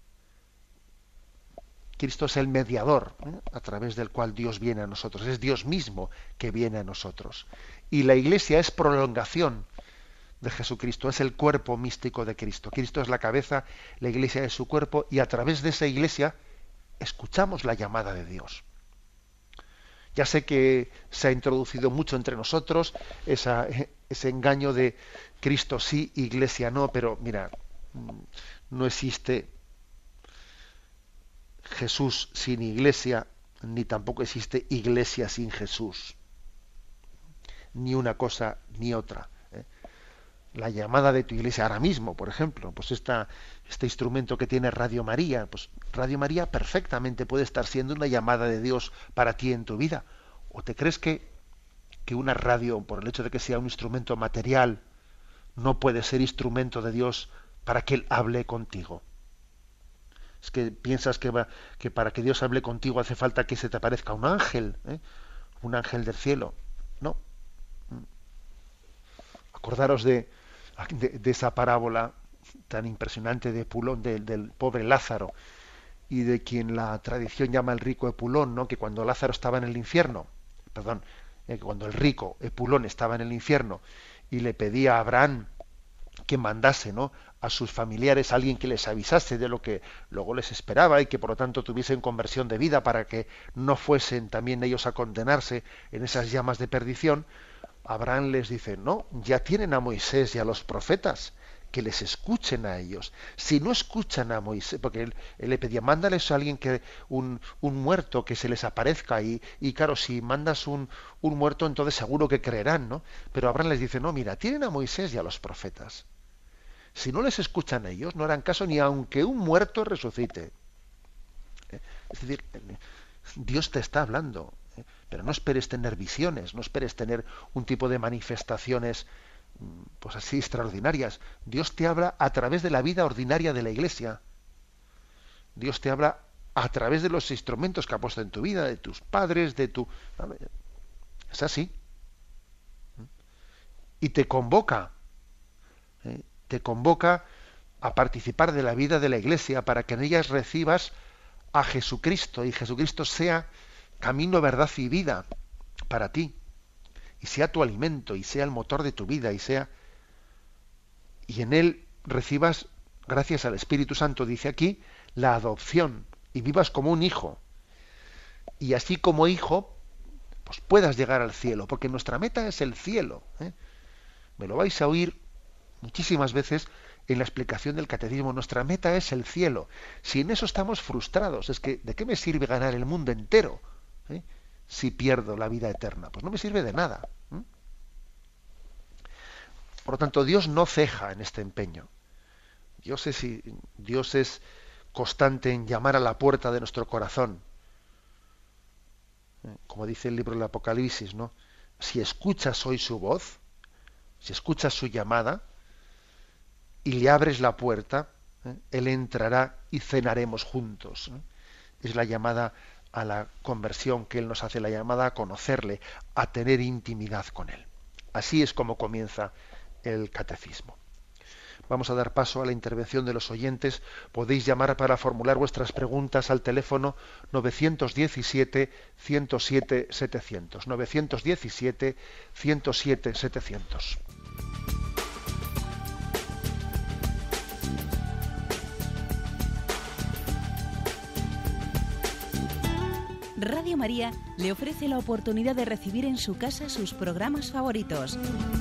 Cristo es el mediador, ¿eh? a través del cual Dios viene a nosotros. Es Dios mismo que viene a nosotros. Y la Iglesia es prolongación de Jesucristo, es el cuerpo místico de Cristo. Cristo es la cabeza, la Iglesia es su cuerpo, y a través de esa Iglesia escuchamos la llamada de Dios. Ya sé que se ha introducido mucho entre nosotros esa, ese engaño de Cristo sí, Iglesia no, pero mira, no existe Jesús sin Iglesia, ni tampoco existe Iglesia sin Jesús. Ni una cosa ni otra. ¿eh? la llamada de tu iglesia ahora mismo, por ejemplo, pues esta, este instrumento que tiene Radio María, pues Radio María perfectamente puede estar siendo una llamada de Dios para ti en tu vida. ¿O te crees que, que una radio, por el hecho de que sea un instrumento material, no puede ser instrumento de Dios para que Él hable contigo? Es que piensas que, va, que para que Dios hable contigo hace falta que se te aparezca un ángel, ¿eh? un ángel del cielo. No. Acordaros de, de, de esa parábola tan impresionante de Epulón, de, del pobre Lázaro, y de quien la tradición llama el rico Epulón, ¿no? Que cuando Lázaro estaba en el infierno, perdón, eh, cuando el rico Epulón estaba en el infierno y le pedía a Abraham que mandase, ¿no?, a sus familiares a alguien que les avisase de lo que luego les esperaba y que por lo tanto tuviesen conversión de vida para que no fuesen también ellos a condenarse en esas llamas de perdición, Abraham les dice, no, ya tienen a Moisés y a los profetas, que les escuchen a ellos. Si no escuchan a Moisés, porque él, él le pedía, mándales a alguien que, un, un muerto que se les aparezca, y, y claro, si mandas un, un muerto, entonces seguro que creerán, ¿no? Pero Abraham les dice, no, mira, tienen a Moisés y a los profetas. Si no les escuchan a ellos, no harán caso ni aunque un muerto resucite. ¿Eh? Es decir, Dios te está hablando, ¿eh? Pero no esperes tener visiones, no esperes tener un tipo de manifestaciones pues así extraordinarias. Dios te habla a través de la vida ordinaria de la Iglesia. Dios te habla a través de los instrumentos que ha puesto en tu vida, de tus padres, de tu... Es así. Y te convoca, ¿eh? te convoca a participar de la vida de la Iglesia para que en ellas recibas a Jesucristo y Jesucristo sea camino, verdad y vida para ti. Y sea tu alimento, y sea el motor de tu vida, y sea y en él recibas, gracias al Espíritu Santo, dice aquí, la adopción, y vivas como un hijo. Y así como hijo, pues puedas llegar al cielo, porque nuestra meta es el cielo, ¿eh? Me lo vais a oír muchísimas veces en la explicación del catecismo. Nuestra meta es el cielo. Si en eso estamos frustrados, es que ¿de qué me sirve ganar el mundo entero, ¿eh?, si pierdo la vida eterna? Pues no me sirve de nada. ¿Mm? Por lo tanto, Dios no ceja en este empeño. Dios es, Dios es constante en llamar a la puerta de nuestro corazón. Como dice el libro del Apocalipsis, ¿no? Si escuchas hoy su voz, si escuchas su llamada y le abres la puerta, ¿eh?, Él entrará y cenaremos juntos, ¿eh? Es la llamada a la conversión que Él nos hace, la llamada a conocerle, a tener intimidad con Él. Así es como comienza el catecismo. Vamos a dar paso a la intervención de los oyentes. Podéis llamar para formular vuestras preguntas al teléfono nueve uno siete, uno cero siete, setecientos. nueve uno siete, uno cero siete, setecientos. Radio María le ofrece la oportunidad de recibir en su casa sus programas favoritos.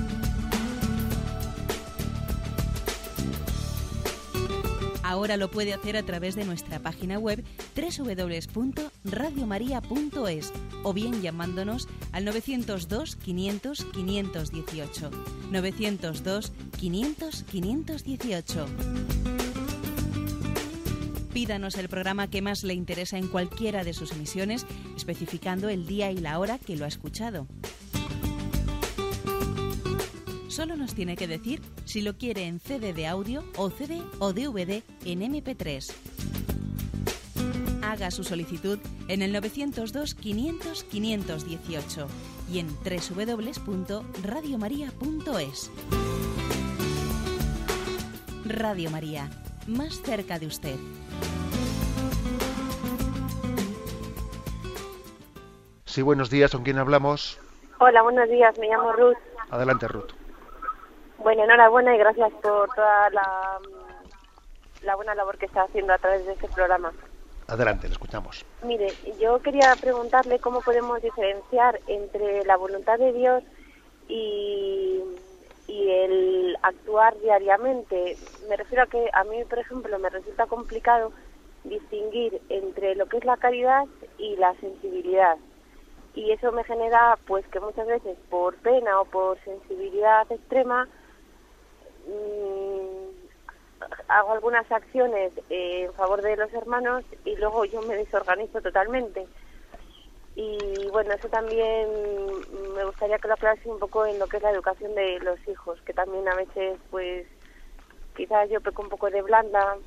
Ahora lo puede hacer a través de nuestra página web doble u doble u doble u punto radio maría punto es o bien llamándonos al nueve cero dos, quinientos, quinientos dieciocho. nueve cero dos, quinientos, quinientos dieciocho. Pídanos el programa que más le interesa en cualquiera de sus emisiones, especificando el día y la hora que lo ha escuchado. Solo nos tiene que decir si lo quiere en C D de audio o C D o D V D en eme pe tres. Haga su solicitud en el nueve cero dos, quinientos, quinientos dieciocho y en doble u doble u doble u punto radio maría punto es. Radio María, más cerca de usted. Sí, buenos días, ¿con quién hablamos? Hola, buenos días, me llamo Ruth. Adelante, Ruth. Bueno, enhorabuena y gracias por toda la, la buena labor que está haciendo a través de este programa. Adelante, le escuchamos. Mire, yo quería preguntarle cómo podemos diferenciar entre la voluntad de Dios y, y el actuar diariamente. Me refiero a que a mí, por ejemplo, me resulta complicado distinguir entre lo que es la caridad y la sensibilidad. Y eso me genera, pues, que muchas veces por pena o por sensibilidad extrema mmm, hago algunas acciones eh, en favor de los hermanos y luego yo me desorganizo totalmente. Y bueno, eso también me gustaría que lo aclarase un poco en lo que es la educación de los hijos, que también a veces, pues, quizás yo peco un poco de blanda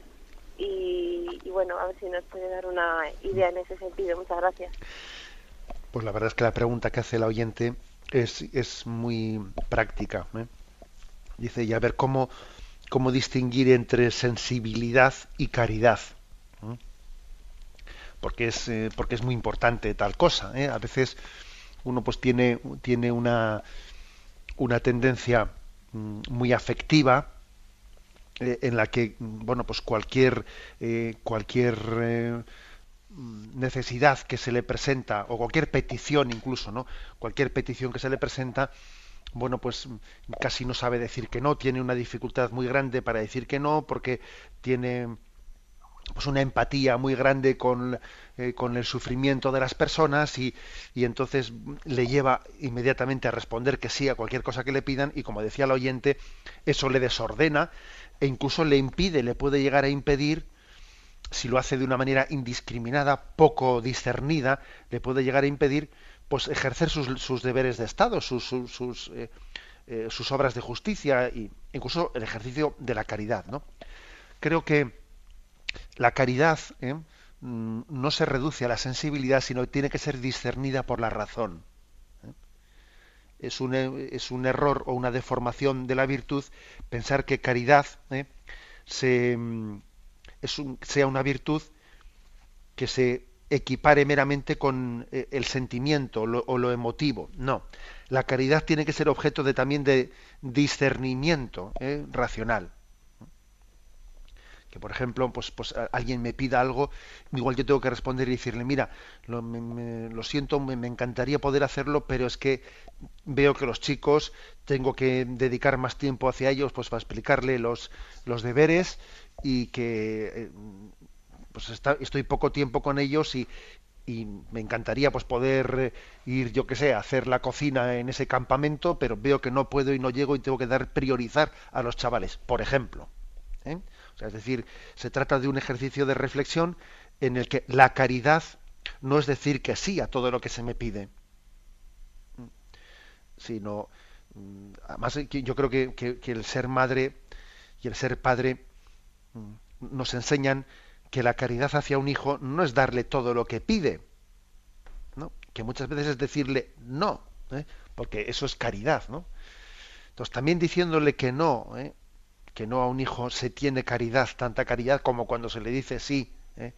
y, y bueno, a ver si nos puede dar una idea en ese sentido. Muchas gracias. Pues la verdad es que la pregunta que hace el oyente es, es muy práctica, ¿eh? Dice, y a ver, ¿cómo, cómo distinguir entre sensibilidad y caridad? ¿Eh? Porque es eh, porque es muy importante tal cosa, ¿eh? A veces uno pues tiene tiene una una tendencia mm, muy afectiva eh, en la que bueno pues cualquier eh, cualquier eh, necesidad que se le presenta o cualquier petición incluso, ¿no? Cualquier petición que se le presenta, bueno pues casi no sabe decir que no, tiene una dificultad muy grande para decir que no porque tiene pues una empatía muy grande con, eh, con el sufrimiento de las personas y, y entonces le lleva inmediatamente a responder que sí a cualquier cosa que le pidan y, como decía el oyente, eso le desordena e incluso le impide, le puede llegar a impedir, si lo hace de una manera indiscriminada, poco discernida, le puede llegar a impedir pues ejercer sus, sus deberes de Estado, sus, sus, sus, eh, eh, sus obras de justicia e incluso el ejercicio de la caridad, ¿no? Creo que la caridad ¿eh? no se reduce a la sensibilidad, sino que tiene que ser discernida por la razón. ¿eh? Es, un, es un error o una deformación de la virtud pensar que caridad ¿eh? se, es un, sea una virtud que se equipare meramente con el sentimiento lo, o lo emotivo. No, la caridad tiene que ser objeto de, también de discernimiento ¿eh? racional. Que por ejemplo pues pues alguien me pida algo, igual yo tengo que responder y decirle, mira, lo, me, me, lo siento, me, me encantaría poder hacerlo, pero es que veo que los chicos tengo que dedicar más tiempo hacia ellos pues para explicarle los los deberes y que eh, pues está, estoy poco tiempo con ellos y y me encantaría pues poder ir, yo que sé, a hacer la cocina en ese campamento, pero veo que no puedo y no llego y tengo que dar priorizar a los chavales, por ejemplo, ¿eh? Es decir, se trata de un ejercicio de reflexión en el que la caridad no es decir que sí a todo lo que se me pide, sino, además yo creo que, que, que el ser madre y el ser padre nos enseñan que la caridad hacia un hijo no es darle todo lo que pide, ¿no? Que muchas veces es decirle no, ¿eh? Porque eso es caridad, ¿no? Entonces también diciéndole que no, ¿eh? que no a un hijo se tiene caridad, tanta caridad como cuando se le dice sí. ¿eh?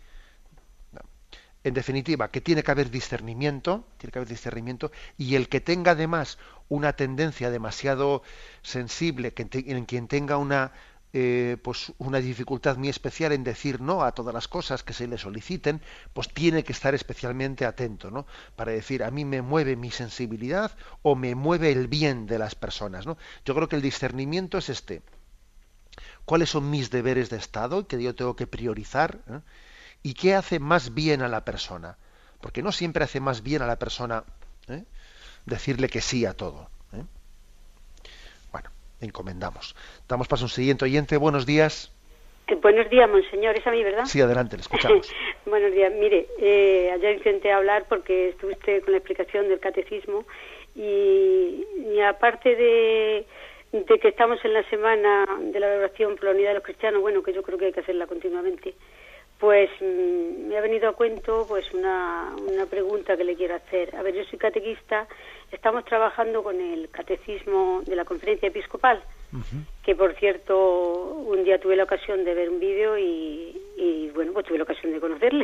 En definitiva, que tiene que haber discernimiento, tiene que haber discernimiento, y el que tenga además una tendencia demasiado sensible, que te, en quien tenga una eh, pues una dificultad muy especial en decir no a todas las cosas que se le soliciten, pues tiene que estar especialmente atento, ¿no? Para decir, a mí me mueve mi sensibilidad o me mueve el bien de las personas, ¿no? Yo creo que el discernimiento es este. ¿Cuáles son mis deberes de Estado que yo tengo que priorizar? ¿eh? ¿Y qué hace más bien a la persona? Porque no siempre hace más bien a la persona ¿eh? decirle que sí a todo. ¿eh? Bueno, encomendamos. Damos paso a un siguiente oyente. Buenos días. Eh, buenos días, monseñor. ¿Es a mí, verdad? Sí, adelante, le escuchamos. Buenos días. Mire, eh, ayer intenté hablar porque estuviste con la explicación del catecismo y, y aparte de... de que estamos en la semana de la oración por la unidad de los cristianos, bueno, que yo creo que hay que hacerla continuamente, pues mmm, me ha venido a cuento pues una, una pregunta que le quiero hacer. A ver, yo soy catequista, estamos trabajando con el catecismo de la Conferencia Episcopal, uh-huh. que por cierto, un día tuve la ocasión de ver un vídeo y, y bueno, pues tuve la ocasión de conocerle.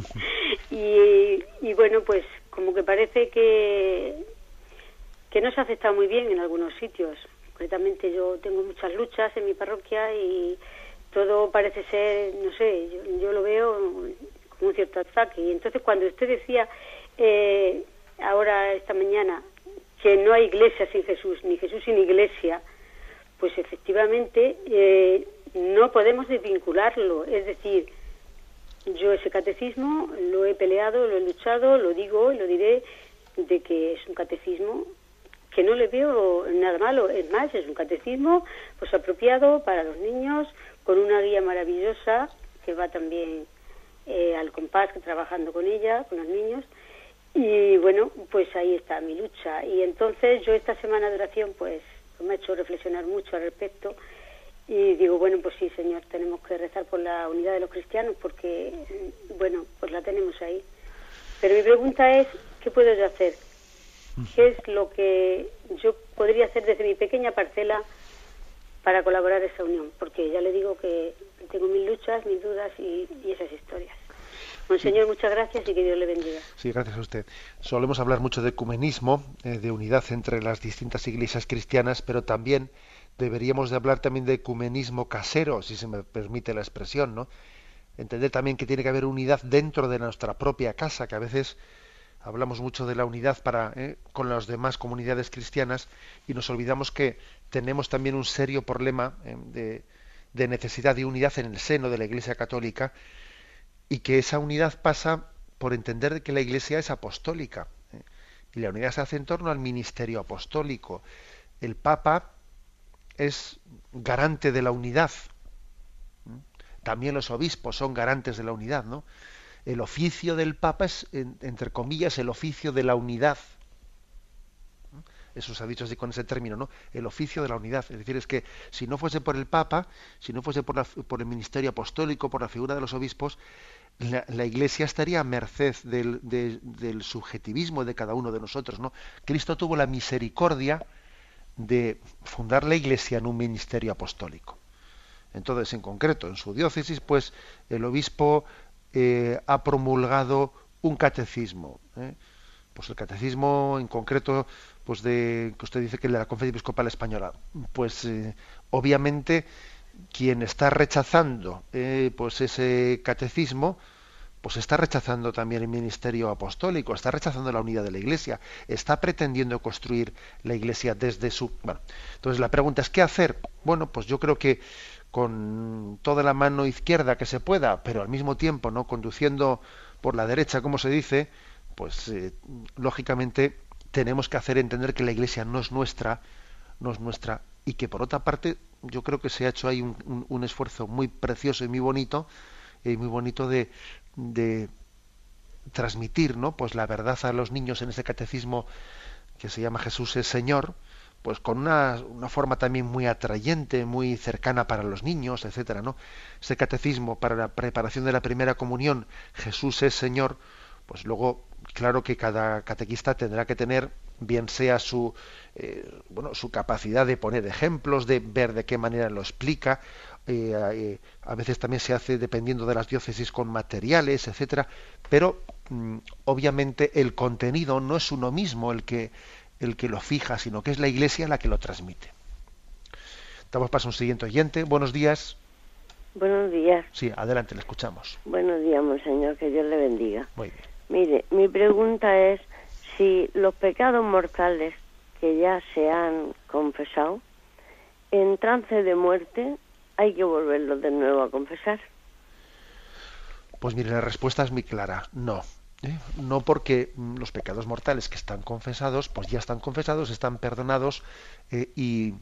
y, y bueno, pues como que parece que, que no se ha aceptado muy bien en algunos sitios. Concretamente yo tengo muchas luchas en mi parroquia y todo parece ser, no sé, yo, yo lo veo como un cierto ataque. Y entonces cuando usted decía eh, ahora esta mañana que no hay iglesia sin Jesús, ni Jesús sin iglesia, pues efectivamente eh, no podemos desvincularlo. Es decir, yo ese catecismo lo he peleado, lo he luchado, lo digo y lo diré, de que es un catecismo que no le veo nada malo. Es más, es un catecismo pues apropiado para los niños, con una guía maravillosa que va también eh, al compás, trabajando con ella, con los niños. Y bueno, pues ahí está mi lucha. Y entonces yo esta semana de oración pues, pues me ha hecho reflexionar mucho al respecto. Y digo, bueno, pues sí, Señor, tenemos que rezar por la unidad de los cristianos porque, bueno, pues la tenemos ahí. Pero mi pregunta es, ¿qué puedo yo hacer? ¿Qué es lo que yo podría hacer desde mi pequeña parcela para colaborar a esa unión? Porque ya le digo que tengo mil luchas, mil dudas y, y esas historias. Monseñor, sí. Muchas gracias y que Dios le bendiga. Sí, gracias a usted. Solemos hablar mucho de ecumenismo, eh, de unidad entre las distintas iglesias cristianas, pero también deberíamos de hablar también de ecumenismo casero, si se me permite la expresión, ¿no? Entender también que tiene que haber unidad dentro de nuestra propia casa, que a veces hablamos mucho de la unidad para eh, con las demás comunidades cristianas y nos olvidamos que tenemos también un serio problema eh, de, de necesidad de unidad en el seno de la Iglesia Católica y que esa unidad pasa por entender que la Iglesia es apostólica eh, y la unidad se hace en torno al ministerio apostólico. El Papa es garante de la unidad. También los obispos son garantes de la unidad, ¿no? El oficio del Papa es, en, entre comillas, el oficio de la unidad. Eso se ha dicho así con ese término, ¿no? El oficio de la unidad. Es decir, es que si no fuese por el Papa, si no fuese por, la, por el ministerio apostólico, por la figura de los obispos, la, la Iglesia estaría a merced del, de, del subjetivismo de cada uno de nosotros, ¿no? Cristo tuvo la misericordia de fundar la Iglesia en un ministerio apostólico. Entonces, en concreto, en su diócesis, pues el obispo eh, ha promulgado un catecismo. ¿eh? Pues el catecismo, en concreto, pues de que usted dice que de la Conferencia Episcopal Española. Pues eh, obviamente quien está rechazando eh, pues ese catecismo, pues está rechazando también el ministerio apostólico, está rechazando la unidad de la Iglesia, está pretendiendo construir la Iglesia desde su... Bueno, entonces la pregunta es, ¿qué hacer? Bueno, pues yo creo que con toda la mano izquierda que se pueda, pero al mismo tiempo no conduciendo por la derecha, como se dice, pues eh, lógicamente tenemos que hacer entender que la Iglesia no es nuestra, no es nuestra, y que por otra parte yo creo que se ha hecho ahí un, un, un esfuerzo muy precioso y muy bonito, y muy bonito de, de transmitir, ¿no? Pues la verdad a los niños en ese catecismo que se llama Jesús es Señor, pues con una, una forma también muy atrayente, muy cercana para los niños, etcétera, ¿no? Ese catecismo para la preparación de la primera comunión, Jesús es Señor, pues luego, claro que cada catequista tendrá que tener, bien sea su eh, bueno, su capacidad de poner ejemplos, de ver de qué manera lo explica, eh, eh, a veces también se hace dependiendo de las diócesis con materiales, etcétera, pero mm, obviamente el contenido no es uno mismo el que el que lo fija, sino que es la Iglesia la que lo transmite. Damos paso a un siguiente oyente. Buenos días. Buenos días. Sí, adelante, le escuchamos. Buenos días, monseñor, que Dios le bendiga. Muy bien. Mire, mi pregunta es si los pecados mortales que ya se han confesado, en trance de muerte, hay que volverlos de nuevo a confesar. Pues mire, la respuesta es muy clara, no. ¿Eh? No, porque los pecados mortales que están confesados, pues ya están confesados, están perdonados eh, y,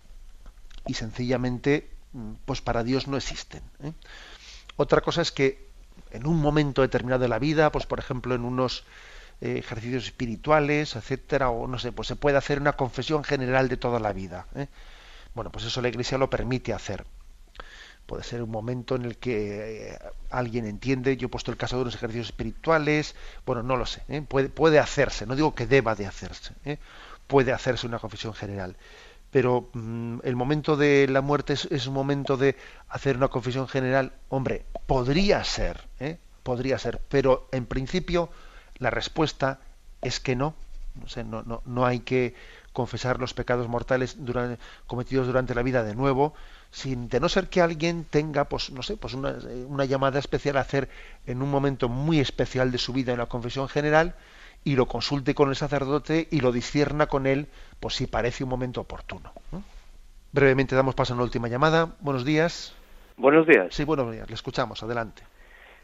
y sencillamente, pues para Dios no existen. ¿eh? Otra cosa es que en un momento determinado de la vida, pues por ejemplo en unos eh, ejercicios espirituales, etcétera, o no sé, pues se puede hacer una confesión general de toda la vida. ¿eh? Bueno, pues eso la Iglesia lo permite hacer. Puede ser un momento en el que eh, alguien entiende, yo he puesto el caso de unos ejercicios espirituales, bueno, no lo sé, ¿eh? puede, puede hacerse, no digo que deba de hacerse, ¿eh? puede hacerse una confesión general, pero mmm, el momento de la muerte es, es un momento de hacer una confesión general, hombre, podría ser, ¿eh? podría ser, pero en principio la respuesta es que no, no sé, no, no, no hay que confesar los pecados mortales durante, cometidos durante la vida de nuevo, sin de no ser que alguien tenga, pues no sé, pues una, una llamada especial a hacer en un momento muy especial de su vida en la confesión general y lo consulte con el sacerdote y lo discierna con él, pues si parece un momento oportuno, ¿no? Brevemente damos paso a una última llamada. Buenos días. Buenos días. Sí, buenos días. Le escuchamos. Adelante.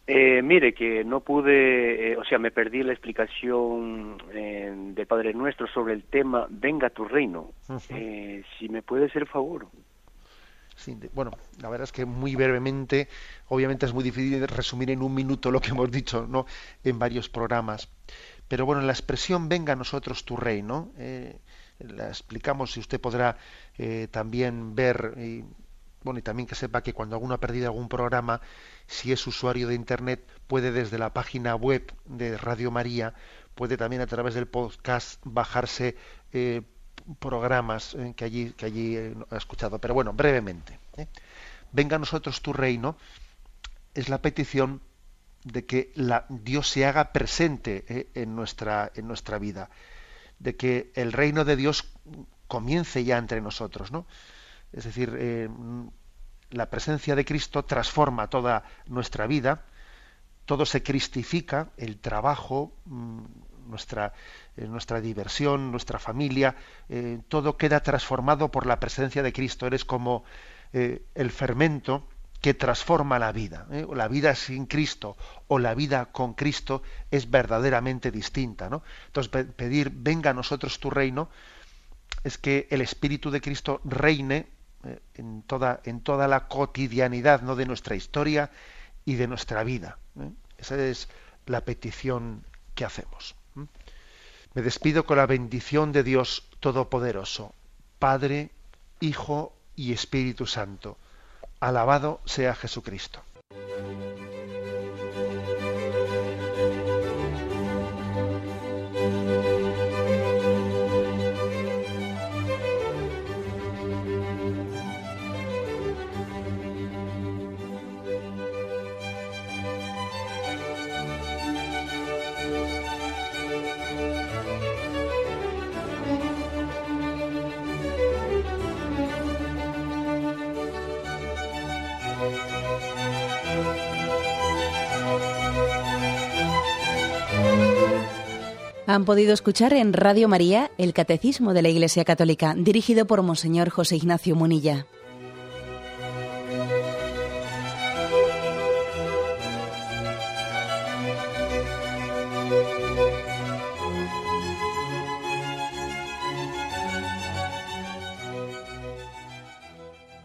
Eh, mire, que no pude, eh, o sea, me perdí la explicación eh, del Padre Nuestro sobre el tema Venga tu reino. Uh-huh. Eh, si me puede hacer favor. Sí, de, bueno, la verdad es que muy brevemente, obviamente es muy difícil resumir en un minuto lo que hemos dicho, ¿no?, en varios programas. Pero bueno, la expresión Venga a nosotros tu reino, eh, la explicamos, y usted podrá eh, también ver, y, bueno, y también que sepa que cuando alguno ha perdido algún programa, si es usuario de Internet, puede desde la página web de Radio María, puede también a través del podcast bajarse eh, programas eh, que allí, que allí eh, ha escuchado. Pero bueno, brevemente. ¿eh? Venga a nosotros tu reino es la petición de que la, Dios se haga presente eh, en, nuestra, en nuestra vida, de que el reino de Dios comience ya entre nosotros, ¿no? Es decir, eh, la presencia de Cristo transforma toda nuestra vida, todo se cristifica, el trabajo, nuestra, eh, nuestra diversión, nuestra familia, eh, todo queda transformado por la presencia de Cristo. Eres como eh, el fermento que transforma la vida. ¿eh? La vida sin Cristo o la vida con Cristo es verdaderamente distinta, ¿no? Entonces, pe- pedir venga a nosotros tu reino es que el Espíritu de Cristo reine eh, en toda en toda la cotidianidad, ¿no?, de nuestra historia y de nuestra vida. ¿eh? Esa es la petición que hacemos. ¿eh? Me despido con la bendición de Dios Todopoderoso, Padre, Hijo y Espíritu Santo. Alabado sea Jesucristo. Han podido escuchar en Radio María el Catecismo de la Iglesia Católica, dirigido por Monseñor José Ignacio Munilla.